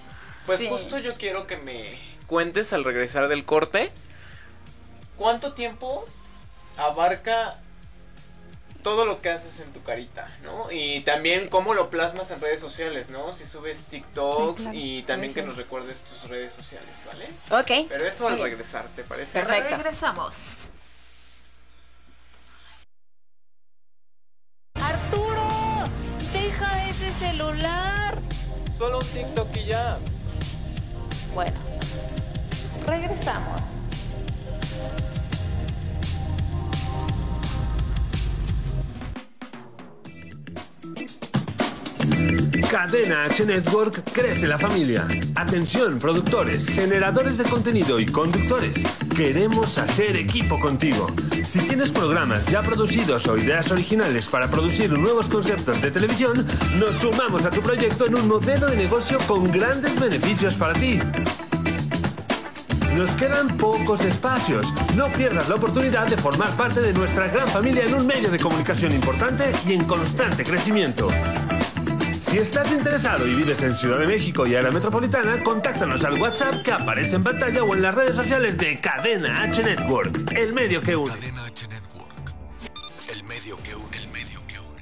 Pues Sí. justo yo quiero que me cuentes al regresar del corte, ¿cuánto tiempo abarca todo lo que haces en tu carita, ¿no? Y también cómo lo plasmas en redes sociales, ¿no? Si subes TikToks, Sí, claro. y también Sí, que sí. nos recuerdes tus redes sociales, ¿vale? Ok. Pero eso al Muy bien. regresar, ¿te parece? Perfecto. Regresamos. Arturo, deja ese celular. Solo un TikTok y ya. Bueno, regresamos. Cadena H Network crece la familia. Atención, productores, generadores de contenido y conductores. Queremos hacer equipo contigo. Si tienes programas ya producidos o ideas originales para producir nuevos conceptos de televisión, nos sumamos a tu proyecto en un modelo de negocio con grandes beneficios para ti. Nos quedan pocos espacios. No pierdas la oportunidad de formar parte de nuestra gran familia en un medio de comunicación importante y en constante crecimiento. Si estás interesado y vives en Ciudad de México y área metropolitana, contáctanos al WhatsApp que aparece en pantalla o en las redes sociales de Cadena H Network, el medio que une. Cadena H Network. El medio que une. El medio que une.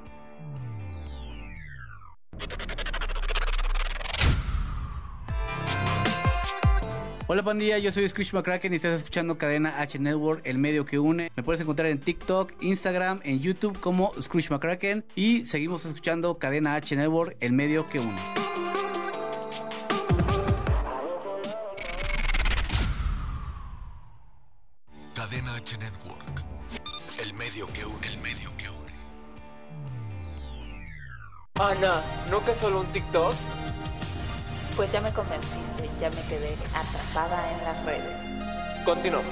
Hola pandilla, yo soy Scrooge McCracken y estás escuchando Cadena H Network, el medio que une. Me puedes encontrar en TikTok, Instagram, en YouTube como Scrooge McCracken y seguimos escuchando Cadena H Network, el medio que une. Cadena H Network. El medio que une. El medio que une. Ana, ¿no que solo un TikTok? Pues ya me convenciste, ya me quedé atrapada en las redes. Continuamos.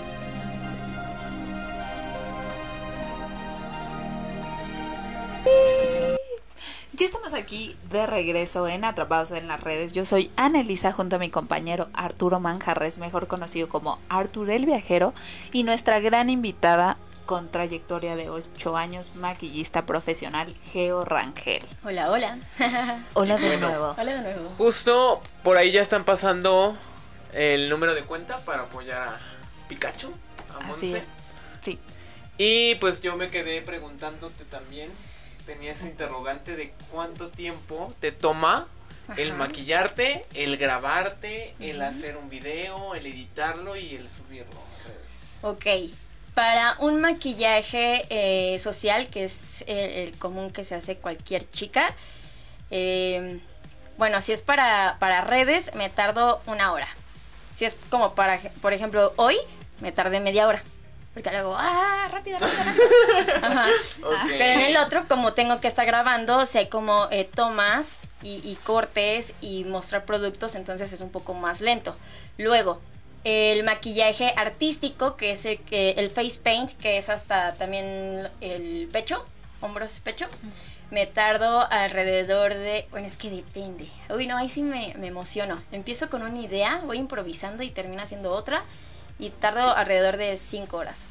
Ya estamos aquí de regreso en Atrapados en las Redes. Yo soy Anelisa junto a mi compañero Arturo Manjarres, mejor conocido como Artur el Viajero, y nuestra gran invitada con trayectoria de ocho años, maquillista profesional, Geo Rangel. Hola, hola. Hola de Bueno. nuevo. Hola de nuevo. Justo por ahí ya están pasando el número de cuenta para apoyar a Pikachu, a Así Monse. es. Sí. Y pues yo me quedé preguntándote también, tenía ese interrogante de cuánto tiempo te toma el Ajá. maquillarte, el grabarte, el hacer un video, el editarlo y el subirlo a redes. Ok. Para un maquillaje eh, social, que es el, el común que se hace cualquier chica, eh, bueno, si es para, para redes, me tardo una hora. Si es como para, por ejemplo, hoy, me tardé media hora. Porque luego, ah, rápido, rápido, rápido. Ajá. Ok. Pero en el otro, como tengo que estar grabando, si hay como eh, tomas y, y cortes y mostrar productos, entonces es un poco más lento. Luego, el maquillaje artístico, que es el, que, el face paint, que es hasta también el pecho, hombros, pecho. Me tardo alrededor de... Bueno, es que depende. Uy, no, ahí sí me, me emociono. Empiezo con una idea, voy improvisando y termino haciendo otra. Y tardo alrededor de cinco horas.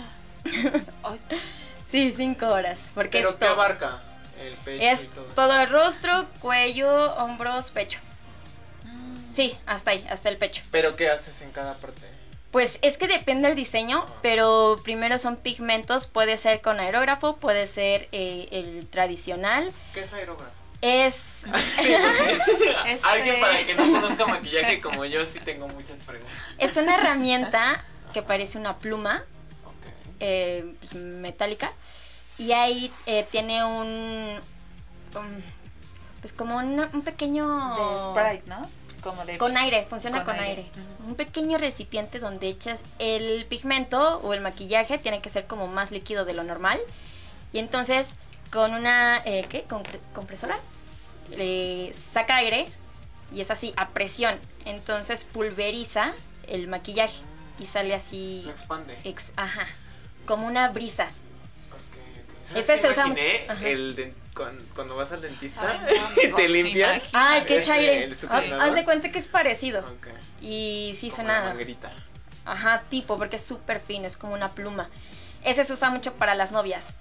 Ay, Sí, cinco horas. Porque ¿Pero es qué todo. abarca el pecho Es y todo? todo el rostro, cuello, hombros, pecho. Sí, hasta ahí, hasta el pecho. ¿Pero qué haces en cada parte? Pues es que depende del diseño, pero primero son pigmentos, puede ser con aerógrafo, puede ser eh, el tradicional. ¿Qué es aerógrafo? Es... este- Alguien para que no conozca maquillaje como yo sí tengo muchas preguntas. es una herramienta que parece una pluma Ok. eh, pues, metálica y ahí eh, tiene un... um, pues como un, un pequeño... De Sprite, ¿no? Como de... Con aire, funciona con, aire. Un pequeño recipiente donde echas el pigmento o el maquillaje, tiene que ser como más líquido de lo normal. Y entonces con una, eh, ¿qué? Compre- compresora, le saca aire y es así, a presión. Entonces pulveriza el maquillaje y sale así, Lo expande. ex- ajá, como una brisa. Ok, ok. ¿Sabes Ese qué se usa imaginé? mu- ajá. El de, cuando, cuando vas al dentista Ay, no, y amigo, te limpian. imagínate. Ay, qué Este, chaire. el Haz- succionador. Haz de cuenta que es parecido. Ok. Y sí Como la suena... manguerita. Ajá, tipo, porque es súper fino, es como una pluma. Ese se usa mucho para las novias.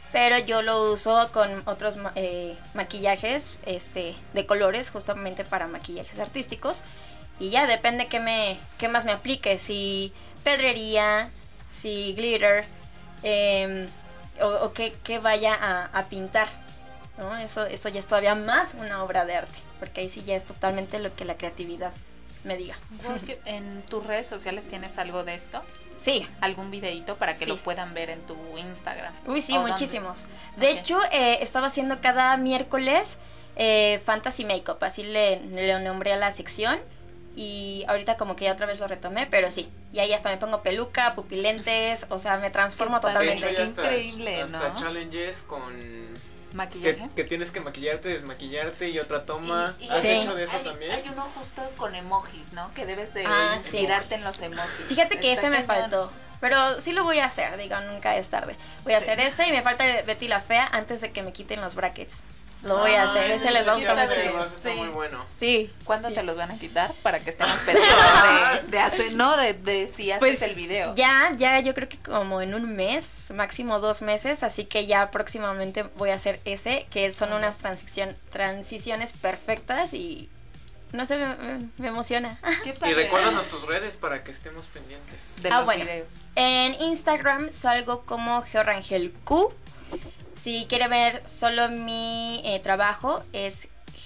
pero yo lo uso con otros eh, maquillajes este, de colores, justamente para maquillajes artísticos. Y ya depende qué, me, qué más me aplique, si pedrería, si glitter, eh, o, o qué, qué vaya a, a pintar, ¿no? Eso, eso ya es todavía más una obra de arte, porque ahí sí ya es totalmente lo que la creatividad me diga. ¿En tus redes sociales tienes algo de esto? Sí. ¿Algún videíto para que Sí. lo puedan ver en tu Instagram? Uy, sí, ¿O dónde? muchísimos. De Ok. hecho, eh, estaba haciendo cada miércoles eh, Fantasy Makeup, así le, le nombré a la sección. Y ahorita como que ya otra vez lo retomé, pero sí. Y ahí hasta me pongo peluca, pupilentes, o sea, me transformo Qué padre. De totalmente. hecho, ya Qué hasta, increíble, hasta ¿no? challenges con... Que, ¿Maquillaje? que tienes que maquillarte, desmaquillarte y otra toma. Y- y ¿Has Sí. hecho de eso hay, también? hay uno justo con emojis, ¿no? Que debes de Ah, sí. inspirarte en los emojis. Fíjate que Está ese me cañón. faltó. Pero sí lo voy a hacer, digo, nunca es tarde. Voy a Sí. hacer ese y me falta el Betty la Fea antes de que me quiten los brackets. Lo voy a Ah, hacer, ese les va a gustar está mucho. bien. Está Sí. muy bueno. Sí. ¿Cuándo sí. te los van a quitar? Para que estemos pendientes de, de hacer, no, de, de si haces Pues el video. ya, ya yo creo que como en un mes, máximo dos meses, así que ya próximamente voy a hacer ese, que son unas transición, transiciones perfectas y no sé, me, me- me emociona. Qué Y padre. recuérdanos tus redes para que estemos pendientes. de Ah, los bueno. videos. En Instagram salgo como Georangel Q. Si quiere ver solo mi eh, trabajo es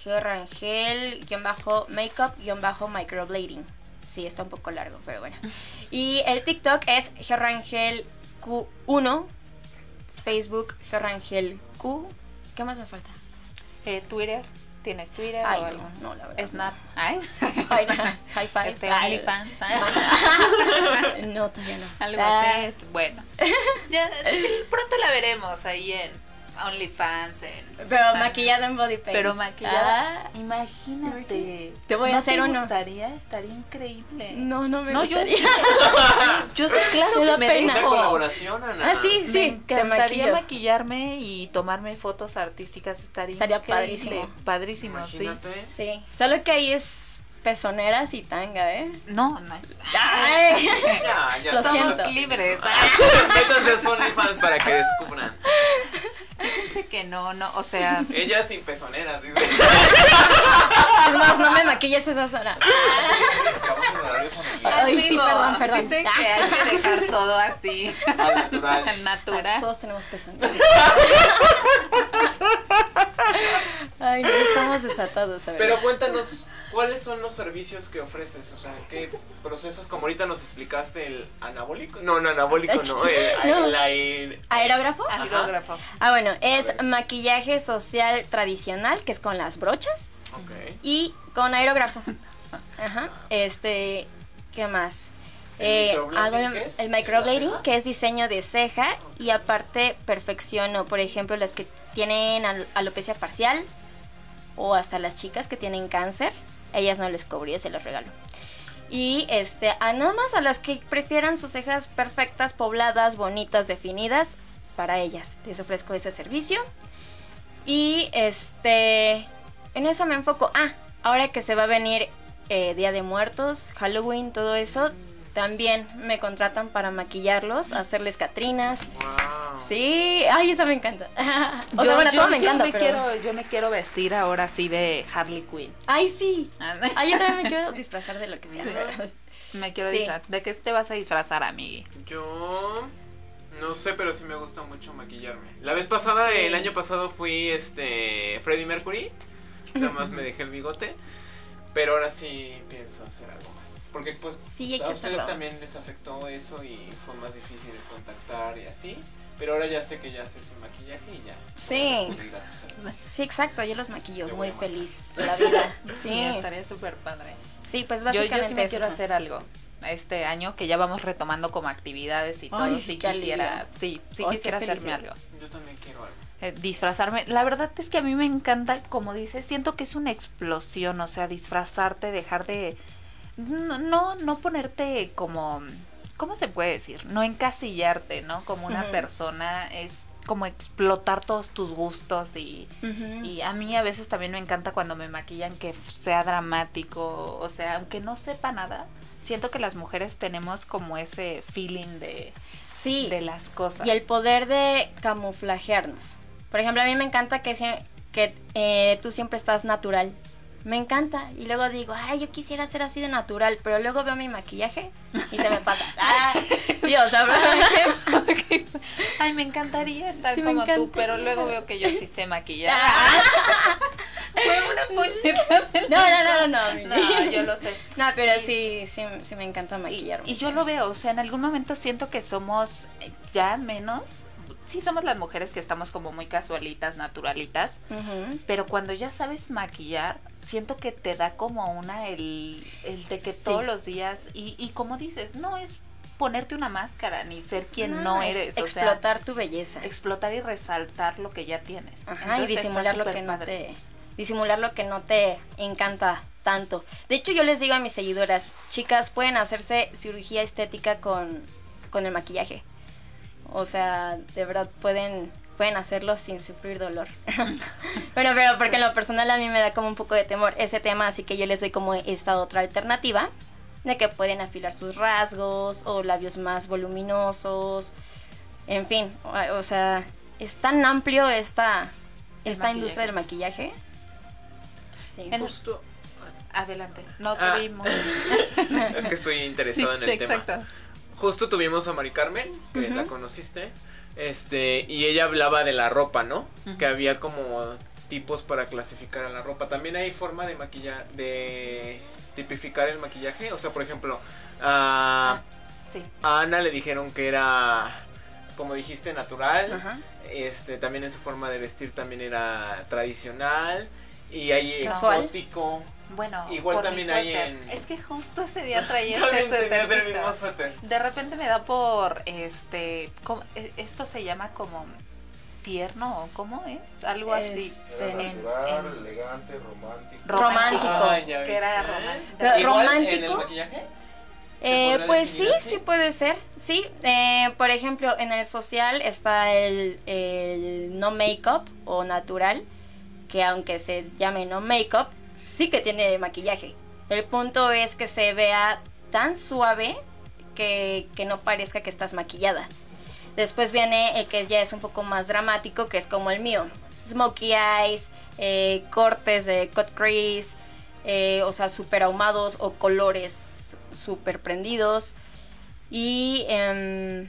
Georangel-makeup-microblading. Sí, está un poco largo, pero bueno. Y el TikTok es Georangel Q uno. Facebook Georangel Q. ¿Qué más me falta? Eh, Twitter. ¿Tienes Twitter Ay, o no, algo? no, la verdad. Snap. Ay. Ay, no. High five. Este, Ay, OnlyFans. No, todavía no. Algo Ah, así. este, Bueno. Ya, pronto la veremos ahí en OnlyFans. En, Pero ah, maquillada en body paint. Pero maquillada. Ah, Imagínate. Te voy a ¿No hacer te uno. gustaría? Estaría increíble. no, no me No, yo gustaría. sí. Yo sí, claro Me que da me pena. Una dejo. colaboración, Ana. Ah, sí, Me sí, te encantaría maquillo. maquillarme y tomarme fotos artísticas. Estaría, Estaría increíble. padrísimo. Padrísimo, sí. Imagínate. Sí, solo que ahí es pezoneras y tanga, ¿eh? No, no. Ay. Ya, ya Lo estamos. Somos siento. libres. Métanse a sus OnlyFans para que descubran. Fíjense que no, no, o sea, Ella sin pezoneras, dice. Es más, no me maquilles esa zona. Acabamos en horario familiar. Ay, sí, amigo, perdón, perdón. Dicen que hay que dejar todo así, Al natural. al natural. Todos tenemos pezoneras. Ay, no, estamos desatados, a ver. Pero cuéntanos, ¿cuáles son los servicios que ofreces? O sea, ¿qué procesos? Como ahorita nos explicaste el anabólico. No, no, anabólico no. El, No. el aer- ¿Aerógrafo? Aerógrafo. Ah, bueno, es ver. maquillaje social tradicional, que es con las brochas, Ok. y con aerógrafo. Ajá. Este, ¿qué más? ¿El Eh, microblading hago el, qué es? el ¿La microblading, ceja? que es diseño de ceja, y aparte perfecciono, por ejemplo, las que tienen al- alopecia parcial, o hasta las chicas que tienen cáncer, ellas no les cubrí, se los regalo. Y este, a nada más a las que prefieran sus cejas perfectas, pobladas, bonitas, definidas, para ellas les ofrezco ese servicio. Y este, en eso me enfoco. Ah, ahora que se va a venir eh, Día de Muertos, Halloween, todo eso, también me contratan para maquillarlos, hacerles catrinas. Wow. Sí, ay, eso me encanta. O Yo, sea, bueno, yo- todo me yo encanta, me pero... quiero, yo me quiero vestir ahora sí de Harley Quinn. Ay, sí. Ah, Ay, yo también me quiero disfrazar de lo que sea. Sí. Me quiero Sí. disfrazar. ¿De qué te vas a disfrazar, amigui? Yo no sé, pero sí me gusta mucho maquillarme. La vez pasada, Sí. el año pasado fui este Freddie Mercury. Nada más me dejé el bigote. Pero ahora sí pienso hacer algo más. Porque pues Sí, hay a que ustedes hacerlo. también les afectó eso y fue más difícil de contactar y así. Pero ahora ya sé que ya sé sin maquillaje y ya. Sí. puedo acudir a tus servicios. Sí, exacto, yo los maquillo, Qué muy bueno. feliz de la vida. Sí, Sí, estaría súper padre. sí, pues Yo, básicamente yo sí me es quiero eso. hacer algo este año que ya vamos retomando como actividades y Ay, todo. sí, Sí qué quisiera, alivio. sí, sí Ay, qué quisiera hacerme felicidad. algo. Yo también quiero algo. Eh, disfrazarme. La verdad es que a mí me encanta, como dices, siento que es una explosión, o sea, disfrazarte, dejar de... No, no, no ponerte como... ¿Cómo se puede decir? No encasillarte, ¿no? Como una Ujú. persona, es como explotar todos tus gustos y... Ujú. Y a mí a veces también me encanta cuando me maquillan que f- sea dramático, o sea, aunque no sepa nada, siento que las mujeres tenemos como ese feeling de, sí, de las cosas. y el poder de camuflajearnos. Por ejemplo, a mí me encanta que, sie- que eh, tú siempre estás natural. Me encanta. Y luego digo, ay, yo quisiera ser así de natural. Pero luego veo mi maquillaje y se me pasa. Ah, sí, o sea, Ay, Ay, me encantaría estar Sí, me como tú, encantaría. pero luego veo que yo sí sé maquillar. Ah. Fue una puñeta de No, no, no, no, no. No, yo lo sé. No, pero Y- sí, sí, sí me encanta Y, maquillar. y yo lo veo, o sea, en algún momento siento que somos eh, ya menos, sí somos las mujeres que estamos como muy casualitas, naturalitas, Ujú. pero cuando ya sabes maquillar, siento que te da como una el, el de que Sí. todos los días, y, y como dices, no es ponerte una máscara ni ser quien no, es eres, o sea, explotar tu belleza. explotar y resaltar lo que ya tienes. Ajá, Entonces, y está disimular lo súper que no padre. te disimular lo que no te encanta tanto. De hecho, yo les digo a mis seguidoras, chicas, pueden hacerse cirugía estética con, con el maquillaje. O sea, de verdad pueden pueden hacerlo sin sufrir dolor. Bueno, pero porque en lo personal a mí me da como un poco de temor ese tema, así que yo les doy como esta otra alternativa de que pueden afilar sus rasgos o labios más voluminosos. En fin, o, o sea, es tan amplio esta El esta maquillaje. industria del maquillaje. Sí. En- Justo. Adelante, no Ah. tuvimos. Es que estoy interesado Sí, en el tema. exacto. Justo tuvimos a Mari Carmen, que Ujú. la conociste, este, y ella hablaba de la ropa, ¿no? Ujú. Que había como tipos para clasificar a la ropa. También hay forma de maquillar, de tipificar el maquillaje. O sea, por ejemplo, a, Sí. a Ana le dijeron que era, como dijiste, natural. Ajá. Este, también en su forma de vestir también era tradicional. Y hay Casual. exótico. Bueno, Igual por también mi hay suéter. en- Es que justo ese día traía También este tenías del suétercito. mismo suéter. De repente me da por, este, ¿cómo- e- esto se llama como tierno o cómo es? Algo así. Este, En- natural, en- elegante, romántico. Romántico. Ah, ya que era viste. romántico. Pero Igual romántico. en el maquillaje. Eh, podrá pues sí, definir así? sí puede ser. Sí, eh, por ejemplo, en el social está el, el no make-up o natural, que aunque se llame no make-up, sí que tiene maquillaje. El punto es que se vea tan suave que, que no parezca que estás maquillada. Después viene el que ya es un poco más dramático, que es como el mío. Smokey eyes, eh, cortes de cut crease, eh, o sea, súper ahumados o colores súper prendidos. Y, em,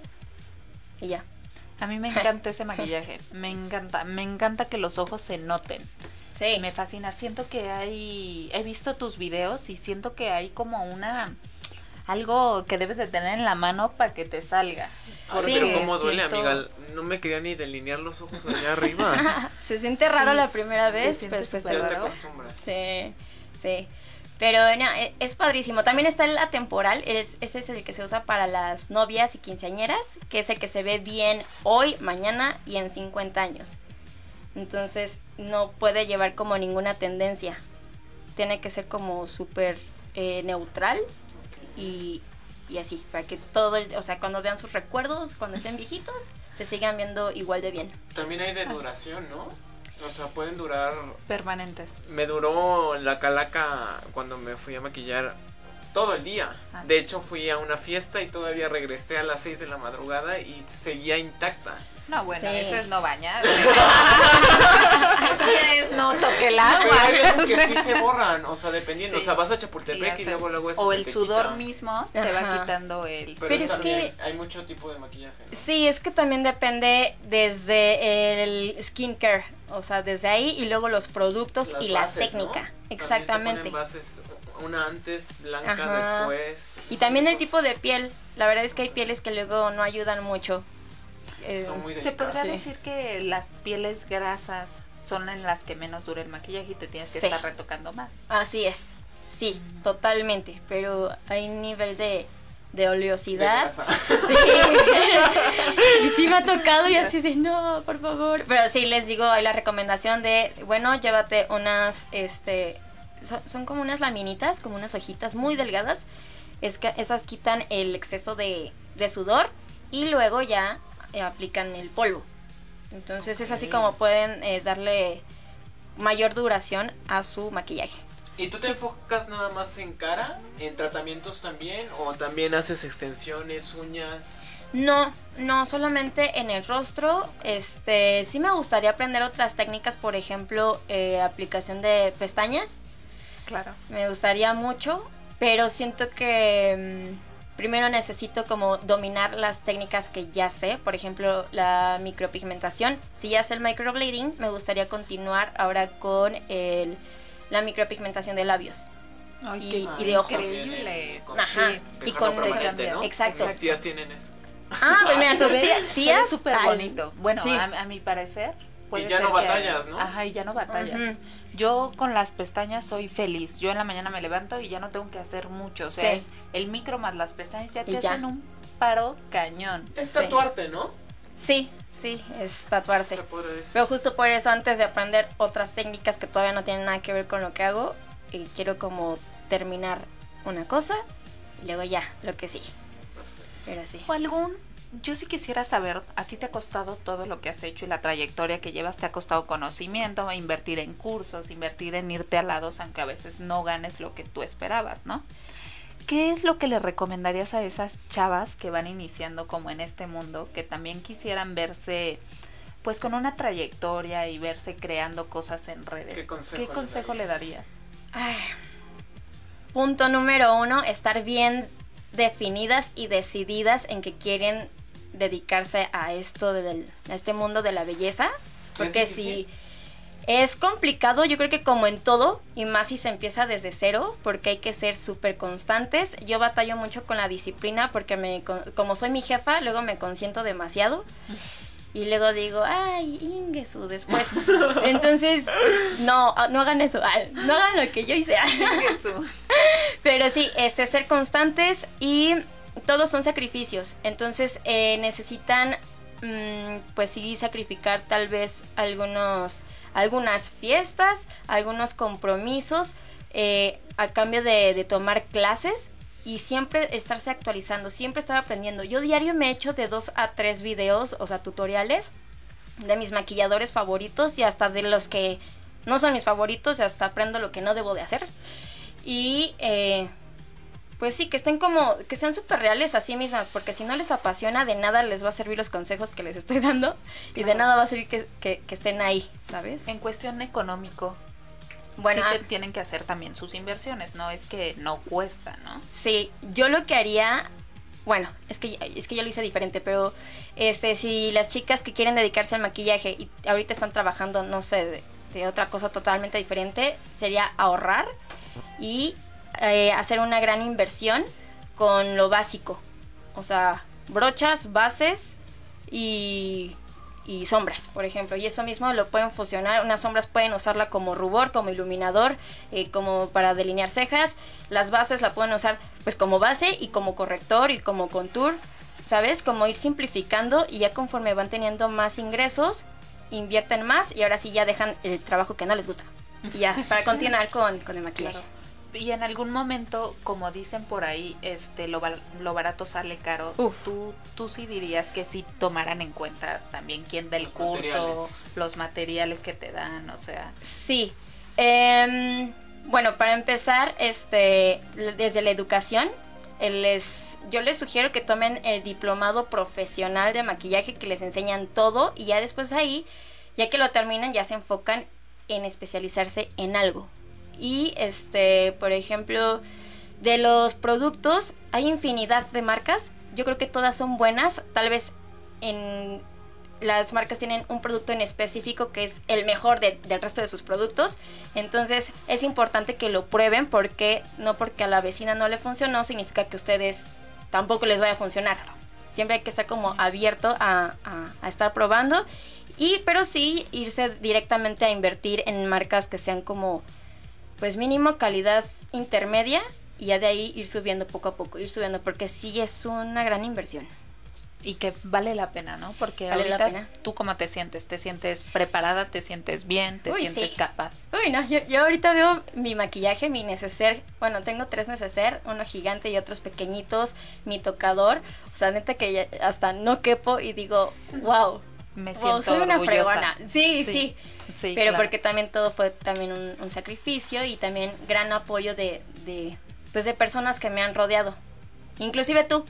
y ya. A mí me encanta ese maquillaje. Me encanta. Me encanta que los ojos se noten. Sí. Me fascina. Siento que hay. He visto tus videos y siento que hay como una. Algo que debes de tener en la mano para que te salga. Ah, Sí, pero cómo duele, siento- amiga. No me quería ni delinear los ojos allá arriba. Se siente raro Sí, la primera se vez, siente pero después te súper Ya te raro. acostumbras. Sí, sí. Pero no, e- es padrísimo. También está el atemporal, es, ese es el que se usa para las novias y quinceañeras, que es el que se ve bien hoy, mañana y en cincuenta años. Entonces no puede llevar como ninguna tendencia. Tiene que ser como súper eh, neutral y, y así, para que todo, el- o sea, cuando vean sus recuerdos, cuando estén viejitos, se sigan viendo igual de bien. También hay de duración, ¿no? O sea, pueden durar. Permanentes. Me duró la calaca cuando me fui a maquillar todo el día. Ah. De hecho, fui a una fiesta y todavía regresé a las seis de la madrugada y seguía intacta. No, bueno, Sí. eso es no bañar. Eso ya es no toque el Pero agua. hay veces que o sea. sí se borran, o sea, dependiendo. Sí. O sea, vas a Y Chapultepec y, hace- luego luego eso o se el te sudor quita. mismo te va Ajá. quitando el Pero, Pero está es que- bien, hay mucho tipo de maquillaje, ¿no? Sí, es que también depende desde el skincare, o sea, desde ahí y luego los productos Las y la bases, ¿no? técnica. También te Exactamente. ponen bases, una antes, blanca, Ajá. después. Y también el tipo de piel. La verdad es que hay pieles que luego no ayudan mucho. Eh, Son muy Se delicadas. podría Sí. decir que las pieles grasas son en las que menos dura el maquillaje y te tienes que Sí. estar retocando más. Así es. Sí, totalmente. Pero hay un nivel de, de oleosidad. De grasa. Sí. Y sí me ha tocado y así de no, por favor. Pero sí les digo, hay la recomendación de, bueno, llévate unas, este, son, son como unas laminitas, como unas hojitas muy delgadas. Es que esas quitan el exceso de, de sudor y luego ya eh, aplican el polvo. Entonces es así Ok. como pueden eh, darle mayor duración a su maquillaje. ¿Y tú te enfocas nada más en cara, en tratamientos también, o también haces extensiones, uñas? No, no, solamente en el rostro. Este, sí me gustaría aprender otras técnicas, por ejemplo, eh, aplicación de pestañas. Claro. Me gustaría mucho, pero siento que mmm, primero necesito como dominar las técnicas que ya sé. Por ejemplo, la micropigmentación. Si ya sé el microblading, me gustaría continuar ahora con el, la micropigmentación de labios. Ay, y, y de ojos. Increíble. Ajá. Sí. Y con permanente, ¿no? Exacto. Mis tías tienen eso. Ah, pues mira, tus tías, tías súper ay, bonito. Bueno, sí. a, a mi parecer puede Y ya ser no que- batallas, ¿no? Ajá, y ya no batallas. Ujú. Yo con las pestañas soy feliz. Yo en la mañana me levanto y ya no tengo que hacer mucho. O sea, Sí. es el micro más las pestañas ya te Y ya. hacen un paro cañón. Es Sí. tatuarte, ¿no? Sí, sí, es tatuarse. Se podría decir. Pero justo por eso, antes de aprender otras técnicas que todavía no tienen nada que ver con lo que hago, eh, quiero como terminar una cosa y luego ya, lo que sí. Pero sí. ¿O algún? Yo sí quisiera saber, a ti te ha costado todo lo que has hecho y la trayectoria que llevas, te ha costado conocimiento, invertir en cursos, invertir en irte a lados, aunque a veces no ganes lo que tú esperabas, ¿no? ¿Qué es lo que le recomendarías a esas chavas que van iniciando como en este mundo, que también quisieran verse pues con una trayectoria y verse creando cosas en redes? ¿Qué consejo le consejo le darías? darías? Ay. Punto número uno, estar bien definidas y decididas en que quieren dedicarse a esto del, a este mundo de la belleza. Porque ¿Es difícil? si es complicado, yo creo que como en todo, y más si se empieza desde cero, porque hay que ser súper constantes. Yo batallo mucho con la disciplina porque me, con- como soy mi jefa, luego me consiento demasiado. Y luego digo, ay, Ingesu, después. Entonces, no, no hagan eso, ay, no hagan lo que yo hice. Pero sí, este, ser constantes y todos son sacrificios. Entonces, eh, necesitan, mm, pues sí, sacrificar tal vez algunos, algunas fiestas, algunos compromisos, eh, a cambio de, de tomar clases. Y siempre estarse actualizando, siempre estar aprendiendo. Yo diario me echo de dos a tres videos, o sea, tutoriales de mis maquilladores favoritos y hasta de los que no son mis favoritos, y hasta aprendo lo que no debo de hacer. Y eh, pues sí, que estén como, que sean súper reales a sí mismas, porque si no les apasiona, de nada les va a servir los consejos que les estoy dando y de Claro. nada va a servir que, que, que estén ahí, ¿sabes? En cuestión económico, Bueno, sí ah, que tienen que hacer también sus inversiones, no es que no cuesta, ¿no? sí, yo lo que haría, bueno, es que es que yo lo hice diferente, pero este si las chicas que quieren dedicarse al maquillaje y ahorita están trabajando, no sé, de, de otra cosa totalmente diferente, sería ahorrar y eh, hacer una gran inversión con lo básico. O sea, brochas, bases y y sombras, por ejemplo, y eso mismo lo pueden fusionar. Unas sombras pueden usarla como rubor, como iluminador, eh, como para delinear cejas. Las bases la pueden usar pues como base y como corrector y como contour, ¿sabes? Como ir simplificando y ya conforme van teniendo más ingresos, invierten más y ahora sí ya dejan el trabajo que no les gusta. Y ya, para continuar con, con el maquillaje. Claro. Y en algún momento, como dicen por ahí, este lo, bar- lo barato sale caro. Uf. Tú, tú sí dirías que sí tomaran en cuenta también quién da el Los curso, materiales. los materiales que te dan, o sea. Sí. Em, bueno, para empezar, este, l- desde la educación, eh, les, yo les sugiero que tomen el diplomado profesional de maquillaje, que les enseñan todo y ya después ahí, ya que lo terminan, ya se enfocan en especializarse en algo. Y este, por ejemplo, de los productos, hay infinidad de marcas. Yo creo que todas son buenas. Tal vez en las marcas tienen un producto en específico que es el mejor de- del resto de sus productos. Entonces es importante que lo prueben, porque no porque a la vecina no le funcionó significa que a ustedes tampoco les vaya a funcionar. Siempre hay que estar como abierto a, a, a estar probando. Y pero sí irse directamente a invertir en marcas que sean como pues mínimo calidad intermedia, y ya de ahí ir subiendo poco a poco, ir subiendo, porque sí es una gran inversión. Y que vale la pena, ¿no? Porque Vale la ahorita pena. tú cómo te sientes, te sientes preparada, te sientes bien, te Uy, sientes sí. capaz. Uy, no, yo, yo ahorita veo mi maquillaje, mi neceser, bueno, tengo tres neceser, uno gigante y otros pequeñitos, mi tocador, o sea, neta que ya hasta no quepo y digo, wow, Me wow, siento soy una orgullosa. fregona. Sí, Sí, sí, Sí, pero claro. porque también todo fue también un, un sacrificio y también gran apoyo de, de, pues de personas que me han rodeado, inclusive tú.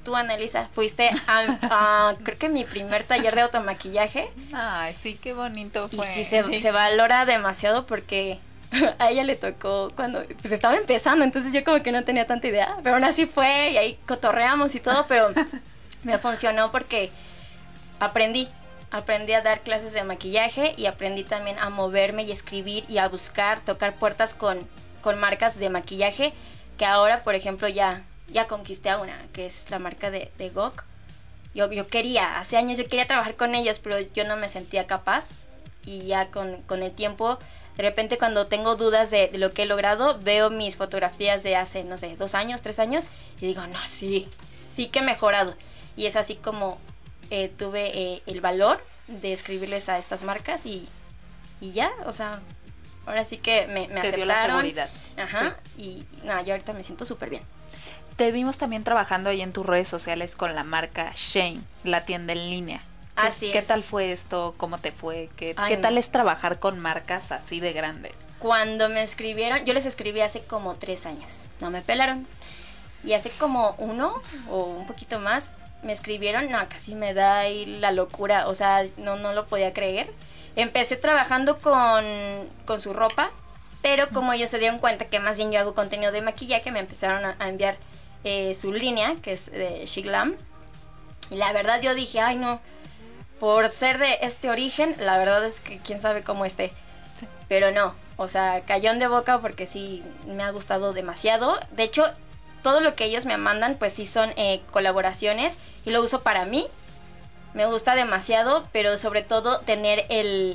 tú, Annalisa, fuiste a, a creo que mi primer taller de automaquillaje. Ay, sí, qué bonito Y fue. sí, se, se valora demasiado porque a ella le tocó cuando pues estaba empezando, entonces yo como que no tenía tanta idea, pero aún así fue y ahí cotorreamos y todo, pero me funcionó porque aprendí, aprendí a dar clases de maquillaje y aprendí también a moverme y escribir y a buscar, tocar puertas con, con marcas de maquillaje que ahora, por ejemplo, ya, ya conquisté a una, que es la marca de, de G O C. Yo, yo quería, hace años yo quería trabajar con ellos, pero yo no me sentía capaz y ya con, con el tiempo, de repente cuando tengo dudas de, de lo que he logrado, veo mis fotografías de hace, no sé, dos años, tres años y digo, no, sí, sí que he mejorado. Y es así como eh, tuve eh, el valor de escribirles a estas marcas y, y ya, o sea, ahora sí que me, me Te aceptaron. dio la seguridad. Ajá, sí. Y nada, yo ahorita me siento súper bien. Te vimos también trabajando ahí en tus redes sociales con la marca Shane, la tienda en línea. ¿Qué, Así ¿Qué es. tal fue esto? ¿Cómo te fue? ¿Qué, Ay, ¿qué tal no. es trabajar con marcas así de grandes? Cuando me escribieron, yo les escribí hace como tres años, no me pelaron. Y hace como uno o un poquito más me escribieron, no, casi me da ahí la locura, o sea, no, no lo podía creer. Empecé trabajando con, con su ropa, pero como ellos se dieron cuenta que más bien yo hago contenido de maquillaje, me empezaron a, a enviar eh, su línea, que es de She Glam. Y la verdad yo dije, ay no, por ser de este origen, la verdad es que quién sabe cómo esté. Sí. Pero no, o sea, cayó de boca porque sí me ha gustado demasiado. De hecho, todo lo que ellos me mandan, pues sí son eh, colaboraciones y lo uso para mí. Me gusta demasiado, pero sobre todo tener el,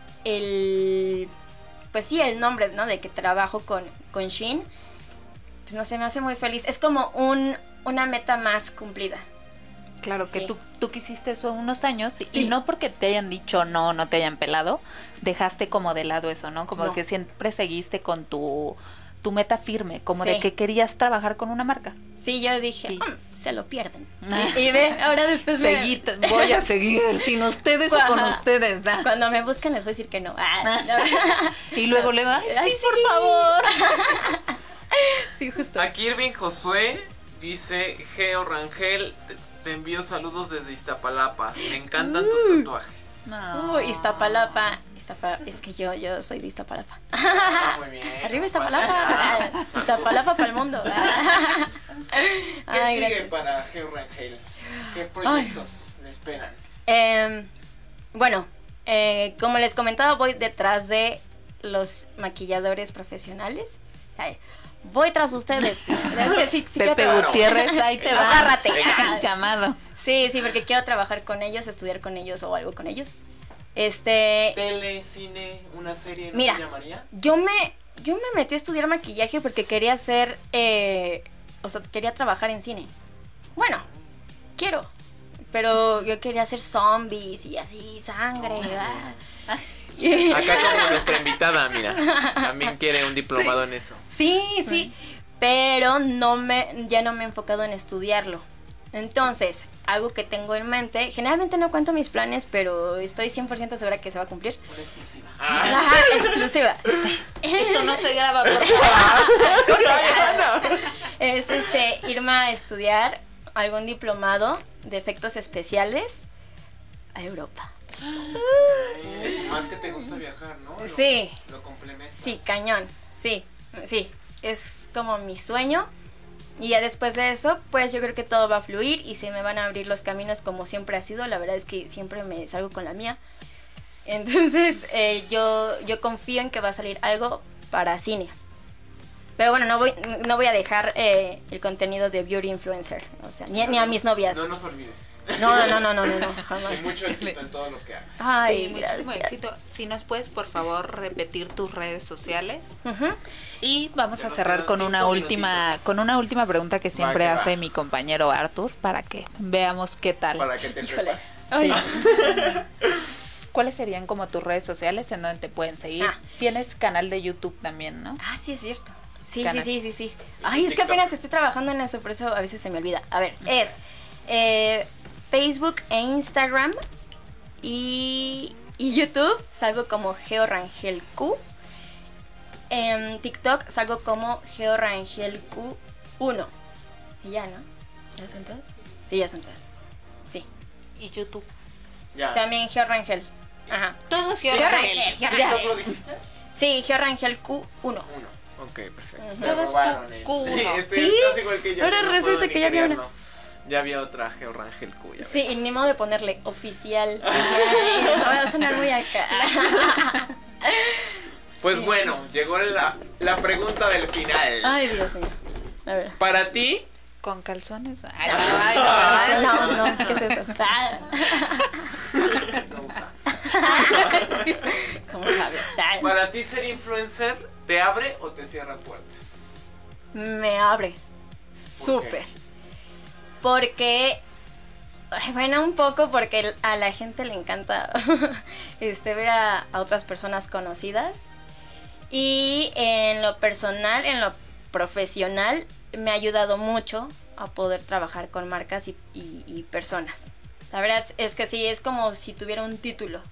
el, pues sí, el nombre, ¿no? De que trabajo con, con Shein. Pues no sé, me hace muy feliz. Es como un, una meta más cumplida. Claro Sí. que tú, tú quisiste eso unos años y, Sí. y no porque te hayan dicho no, no te hayan pelado, dejaste como de lado eso, ¿no? Como No. que siempre seguiste con tu, tu meta firme, como Sí. de que querías trabajar con una marca. Sí, yo dije, Sí. "Mm, se lo pierden". Ah. Y, y ve, ahora después me- Seguí, voy a seguir, sin ustedes o con Ajá. ustedes. ¿no? cuando me buscan les voy a decir que no. Ah, no. Y luego le ay, Ay, sí, sí. por favor. Sí, justo. Aquí Irving Josué dice, Geo Rangel, te, te envío saludos desde Iztapalapa. Me encantan tus tatuajes. No. Uy, Iztapalapa. Iztapa- Es que yo, yo soy de Iztapalapa. Ah, muy bien. Arriba Iztapalapa. Iztapalapa para el mundo. ¿Qué Ay, sigue gracias. para Geo Rangel? ¿Qué proyectos le esperan? Eh, bueno, eh, como les comentaba, voy detrás de los maquilladores profesionales. Ay, voy tras ustedes. Es que sí, sí quiero Pepe trabajar. Gutiérrez, ahí te va. Agárrate. Llamado. Sí, sí, porque quiero trabajar con ellos, estudiar con ellos o algo con ellos. Este, Tele, cine, una serie, ¿no Mira. se llamaría? yo me, yo me metí a estudiar maquillaje porque quería hacer, eh, o sea, quería trabajar en cine. Bueno, quiero, pero yo quería hacer zombies y así, sangre. ah. Acá como nuestra invitada, mira, también quiere un diplomado en eso. Sí, sí, pero no me, ya no me he enfocado en estudiarlo. Entonces, algo que tengo en mente, generalmente no cuento mis planes, pero estoy cien por ciento segura que se va a cumplir. Una exclusiva. Ajá, exclusiva. Esto no se graba, por favor. Es este, irme a estudiar algún diplomado de efectos especiales a Europa. Eh, más que te gusta viajar, ¿no? Lo- Sí. Lo complementas. Sí, cañón. Sí, sí. Es como mi sueño. Y ya después de eso, pues yo creo que todo va a fluir y se me van a abrir los caminos como siempre ha sido. La verdad es que siempre me salgo con la mía. Entonces, eh, yo, yo confío en que va a salir algo para cine. Pero bueno, no voy, no voy a dejar eh, el contenido de beauty influencer. O sea, ni, ni a mis novias. No nos olvides. No, no, no, no, no, no, jamás. Y mucho éxito en todo lo que hagas. Ay, Sí, muchísimo gracias. éxito. Si nos puedes, por favor, repetir tus redes sociales. Ujú. Y vamos Ya a nos cerrar quedan con una cinco última, minutitos. con una última pregunta que siempre que va. hace mi compañero Arthur para que veamos qué tal. Para que te Híjole. prepares. Ay. ¿Cuáles serían como tus redes sociales en donde te pueden seguir? Ah. Tienes canal de YouTube también, ¿no? Ah, sí, es cierto. Sí, Canal. sí, sí, sí, sí. Ay, es que TikTok. apenas estoy trabajando en eso, por eso a veces se me olvida. A ver, es eh, Facebook e Instagram y, y YouTube salgo como Georangel Q. En TikTok salgo como Georangel Q uno. Y ya, ¿no? ¿Ya son todas? Sí, ya son todas. Sí. Y YouTube. Ya. También Georrangel. Ajá. Todos Georrangel. Ya. ¿TikTok lo dijiste? Sí, Georrangel Q uno. Uno. Ok, perfecto. Ujú. Me Todo es robaron Q- el- Q1. Este, ¿Sí? estás igual que yo, Ahora que no resulta puedo ni que ya había creerlo. una. Ya había otra Georrangel Q. Ya Sí, ves. y ni modo de ponerle oficial. No va a sonar muy acá. Pues Sí. bueno, llegó la, la pregunta del final. Ay, Dios mío. A ver. Para ti, ¿Con calzones? Ay, no, ay, no, No, no, ¿qué es eso? Ah. no usa. ¿Cómo sabes? Ah. Para ti ser influencer, ¿te abre o te cierra puertas? Me abre. ¿Por qué? Súper. Porque, ay, bueno, un poco porque a la gente le encanta este, ver a, a otras personas conocidas. Y en lo personal, en lo profesional, me ha ayudado mucho a poder trabajar con marcas y, y- y personas. La verdad es que sí, es como si tuviera un título.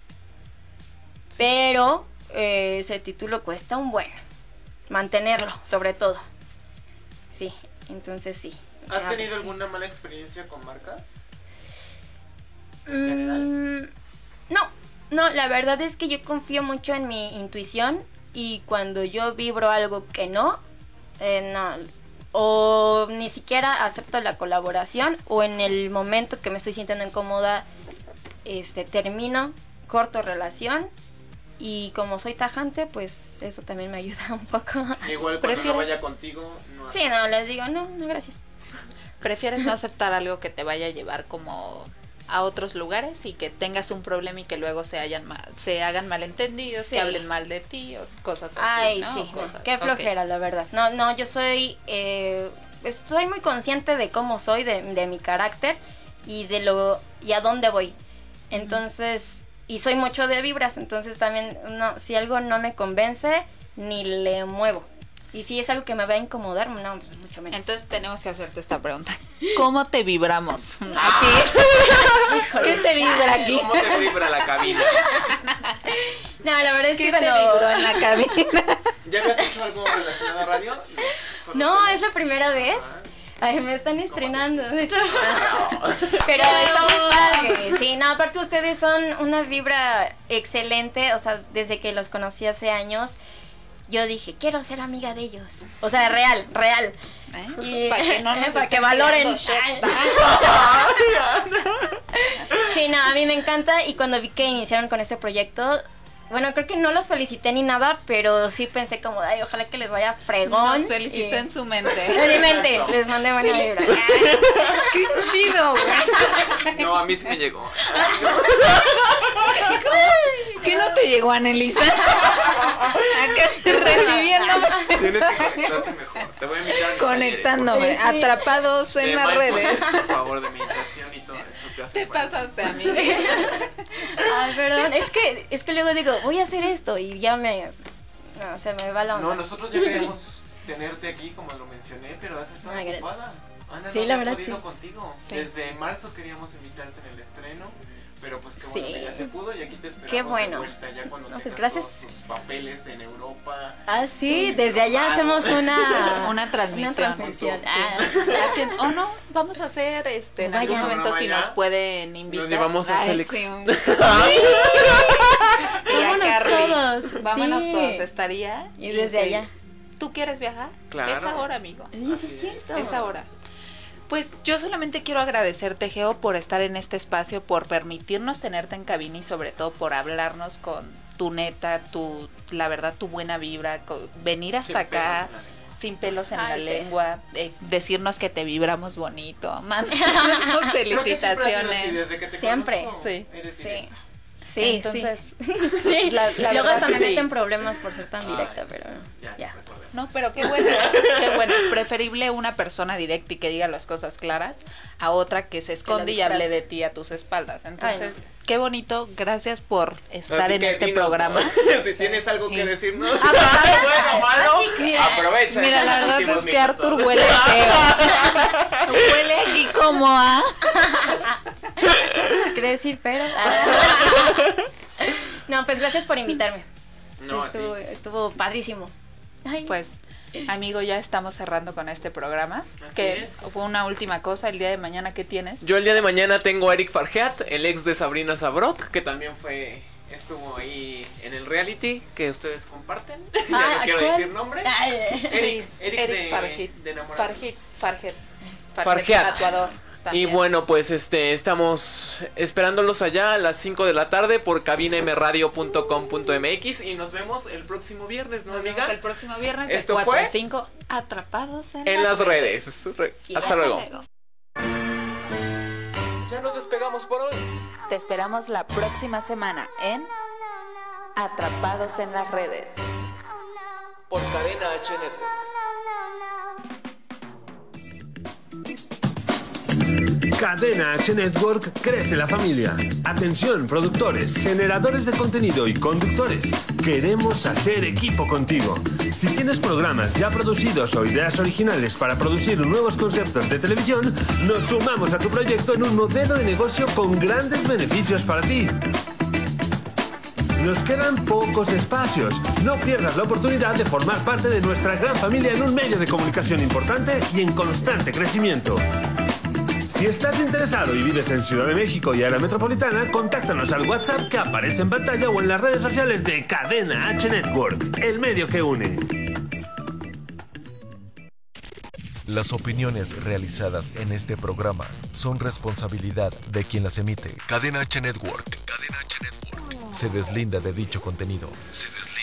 Pero eh, ese título cuesta un buen. Mantenerlo, sobre todo. Sí, entonces sí. me ¿Has abre, tenido sí. alguna mala experiencia con marcas? ¿En general? Mm, no, no, la verdad es que yo confío mucho en mi intuición y cuando yo vibro algo que no, eh, no, o ni siquiera acepto la colaboración o en el momento que me estoy sintiendo incómoda, este, termino, corto relación y como soy tajante, pues eso también me ayuda un poco. Igual cuando no ¿Prefieres? vaya contigo, no Sí, no, les digo, no, no, gracias. ¿Prefieres no aceptar algo que te vaya a llevar como a otros lugares y que tengas un problema y que luego se hayan ma- se hagan malentendidos, Sí. que hablen mal de ti o cosas así? Ay, ¿no? sí, O cosas- qué ok. flojera, la verdad. No, no, yo soy, eh, estoy muy consciente de cómo soy, de, de mi carácter y de lo, y a dónde voy. Entonces, y soy mucho de vibras, entonces también, no, si algo no me convence, ni le muevo. Y si es algo que me va a incomodar, no, pues mucho menos. Entonces tenemos que hacerte esta pregunta. ¿Cómo te vibramos? Aquí. ¿Qué te vibra aquí? ¿Cómo te vibra la cabina? no, la verdad es ¿Qué que te cuando- vibró en la cabina? ¿Ya habías hecho algo relacionado a radio? Solo No, tele. es la primera vez. Ay, me están estrenando. Pero Pero- está muy padre. Sí, no, aparte ustedes son una vibra excelente. O sea, desde que los conocí hace años, yo dije, quiero ser amiga de ellos. O sea, real, real. Y- Para que no nos para que estén valoren. tirando shot. Sí, no, a mí me encanta. Y cuando vi que iniciaron con este proyecto, bueno, creo que no los felicité ni nada, pero sí pensé como, ay, ojalá que les vaya fregón. Nos felicitó Y- en su mente. En mi mente, les mandé buena vibra. ¡Qué chido, güey! No, a mí sí me llegó. ¿Qué no te llegó, Anelisa? Acá recibiéndome, Tienes que conectarte mejor. Te voy a invitar a mis conectándome, Sí, sí. atrapados talleres, en por- las de redes. mindfulness, Por favor, de meditación y todo eso te hace Te falta. pasaste a mí. Ay, perdón, es que, es que luego digo, voy a hacer esto y ya me, no, se me va la onda. No, nosotros ya queríamos tenerte aquí, como lo mencioné, pero has estado Ay, gracias. ocupada. Ana, Sí, no la había verdad, podido sí. contigo. Sí. Desde marzo queríamos invitarte en el estreno, pero pues qué bueno Sí. que ya se pudo y aquí te esperamos Qué bueno. de vuelta ya cuando No, tengas pues, gracias. todos tus papeles en Europa. Ah, sí, Sí, desde allá diplomado. hacemos una, Una transmisión. Una transmisión. Sí. Ah. Haciendo- o no, vamos a hacer este en algún Vayan. momento si Vaya. nos pueden invitar. Nos llevamos a Ay, Félix. sí, un- y a Vámonos Carly. todos, Vámonos sí. todos, estaría. Y desde increíble. allá. ¿Tú quieres viajar? Claro. Es ahora, amigo. Ay, Así sí es es. cierto. Es ahora. Pues yo solamente quiero agradecerte, Geo, por estar en este espacio, por permitirnos tenerte en cabina y sobre todo por hablarnos con tu neta, tu, la verdad, tu buena vibra, co- venir hasta Sin pelos acá. en la lengua. Sin pelos en Ay, la sí. lengua, eh, decirnos que te vibramos bonito, mandarnos Creo que siempre ha sido así, felicitaciones. desde que te Siempre. conozco, Sí. eres Sí. directa. Sí, Entonces, sí. Sí, la- la luego verdad hasta me que sí. meto en problemas por ser tan Ay, directa, pero Ya, ya. recordemos. No, pero qué bueno, qué bueno. Preferible una persona directa y que diga las cosas claras a otra que se esconde y hable disfrace. de ti a tus espaldas. Entonces, Ay, qué bonito. Gracias por estar Así en que este dinos, programa. ¿no? Si tienes algo que Sí. decirnos, Ah, pues, a ver, bueno, malo, así que- mira, aprovecha. Mira, la estos verdad últimos es que minutos. Arthur huele feo. Huele aquí como a... Eso les quería decir, pero. ah. No, pues gracias por invitarme. No, a ti. estuvo, estuvo padrísimo. Ay. Pues, amigo, ya estamos cerrando con este programa. Así Que es. fue una última cosa. El día de mañana, ¿qué tienes? Yo el día de mañana tengo a Eric Fargeat, el ex de Sabrina Sabrok, que también fue estuvo ahí en el reality que ustedes comparten. Ya Ah, no quiero ¿cuál? decir nombre. Ay. Eric, Sí, Eric, Eric de, Farjit. de Enamorados. Farjit, Farjit. Fargeat. Tatuador. Y también. bueno, pues este estamos esperándolos allá a las cinco de la tarde por cabina m radio punto com punto m x y nos vemos el próximo viernes, ¿no, Nos amiga? vemos el próximo viernes de ¿Esto cuatro fue? a cinco, atrapados en, En las redes. Re- Hasta luego. Ya nos despegamos por hoy. Te esperamos la próxima semana en Atrapados en las redes. Por Cadena H Network. Cadena H Network crece la familia. Atención, productores, generadores de contenido y conductores. Queremos hacer equipo contigo. Si tienes programas ya producidos o ideas originales para producir nuevos conceptos de televisión, nos sumamos a tu proyecto en un modelo de negocio con grandes beneficios para ti. Nos quedan pocos espacios. No pierdas la oportunidad de formar parte de nuestra gran familia en un medio de comunicación importante y en constante crecimiento. Si estás interesado y vives en Ciudad de México y área metropolitana, contáctanos al WhatsApp que aparece en pantalla o en las redes sociales de Cadena H Network, el medio que une. Las opiniones realizadas en este programa son responsabilidad de quien las emite. Cadena H Network. Cadena H Network. Se deslinda de dicho contenido. Se deslinda.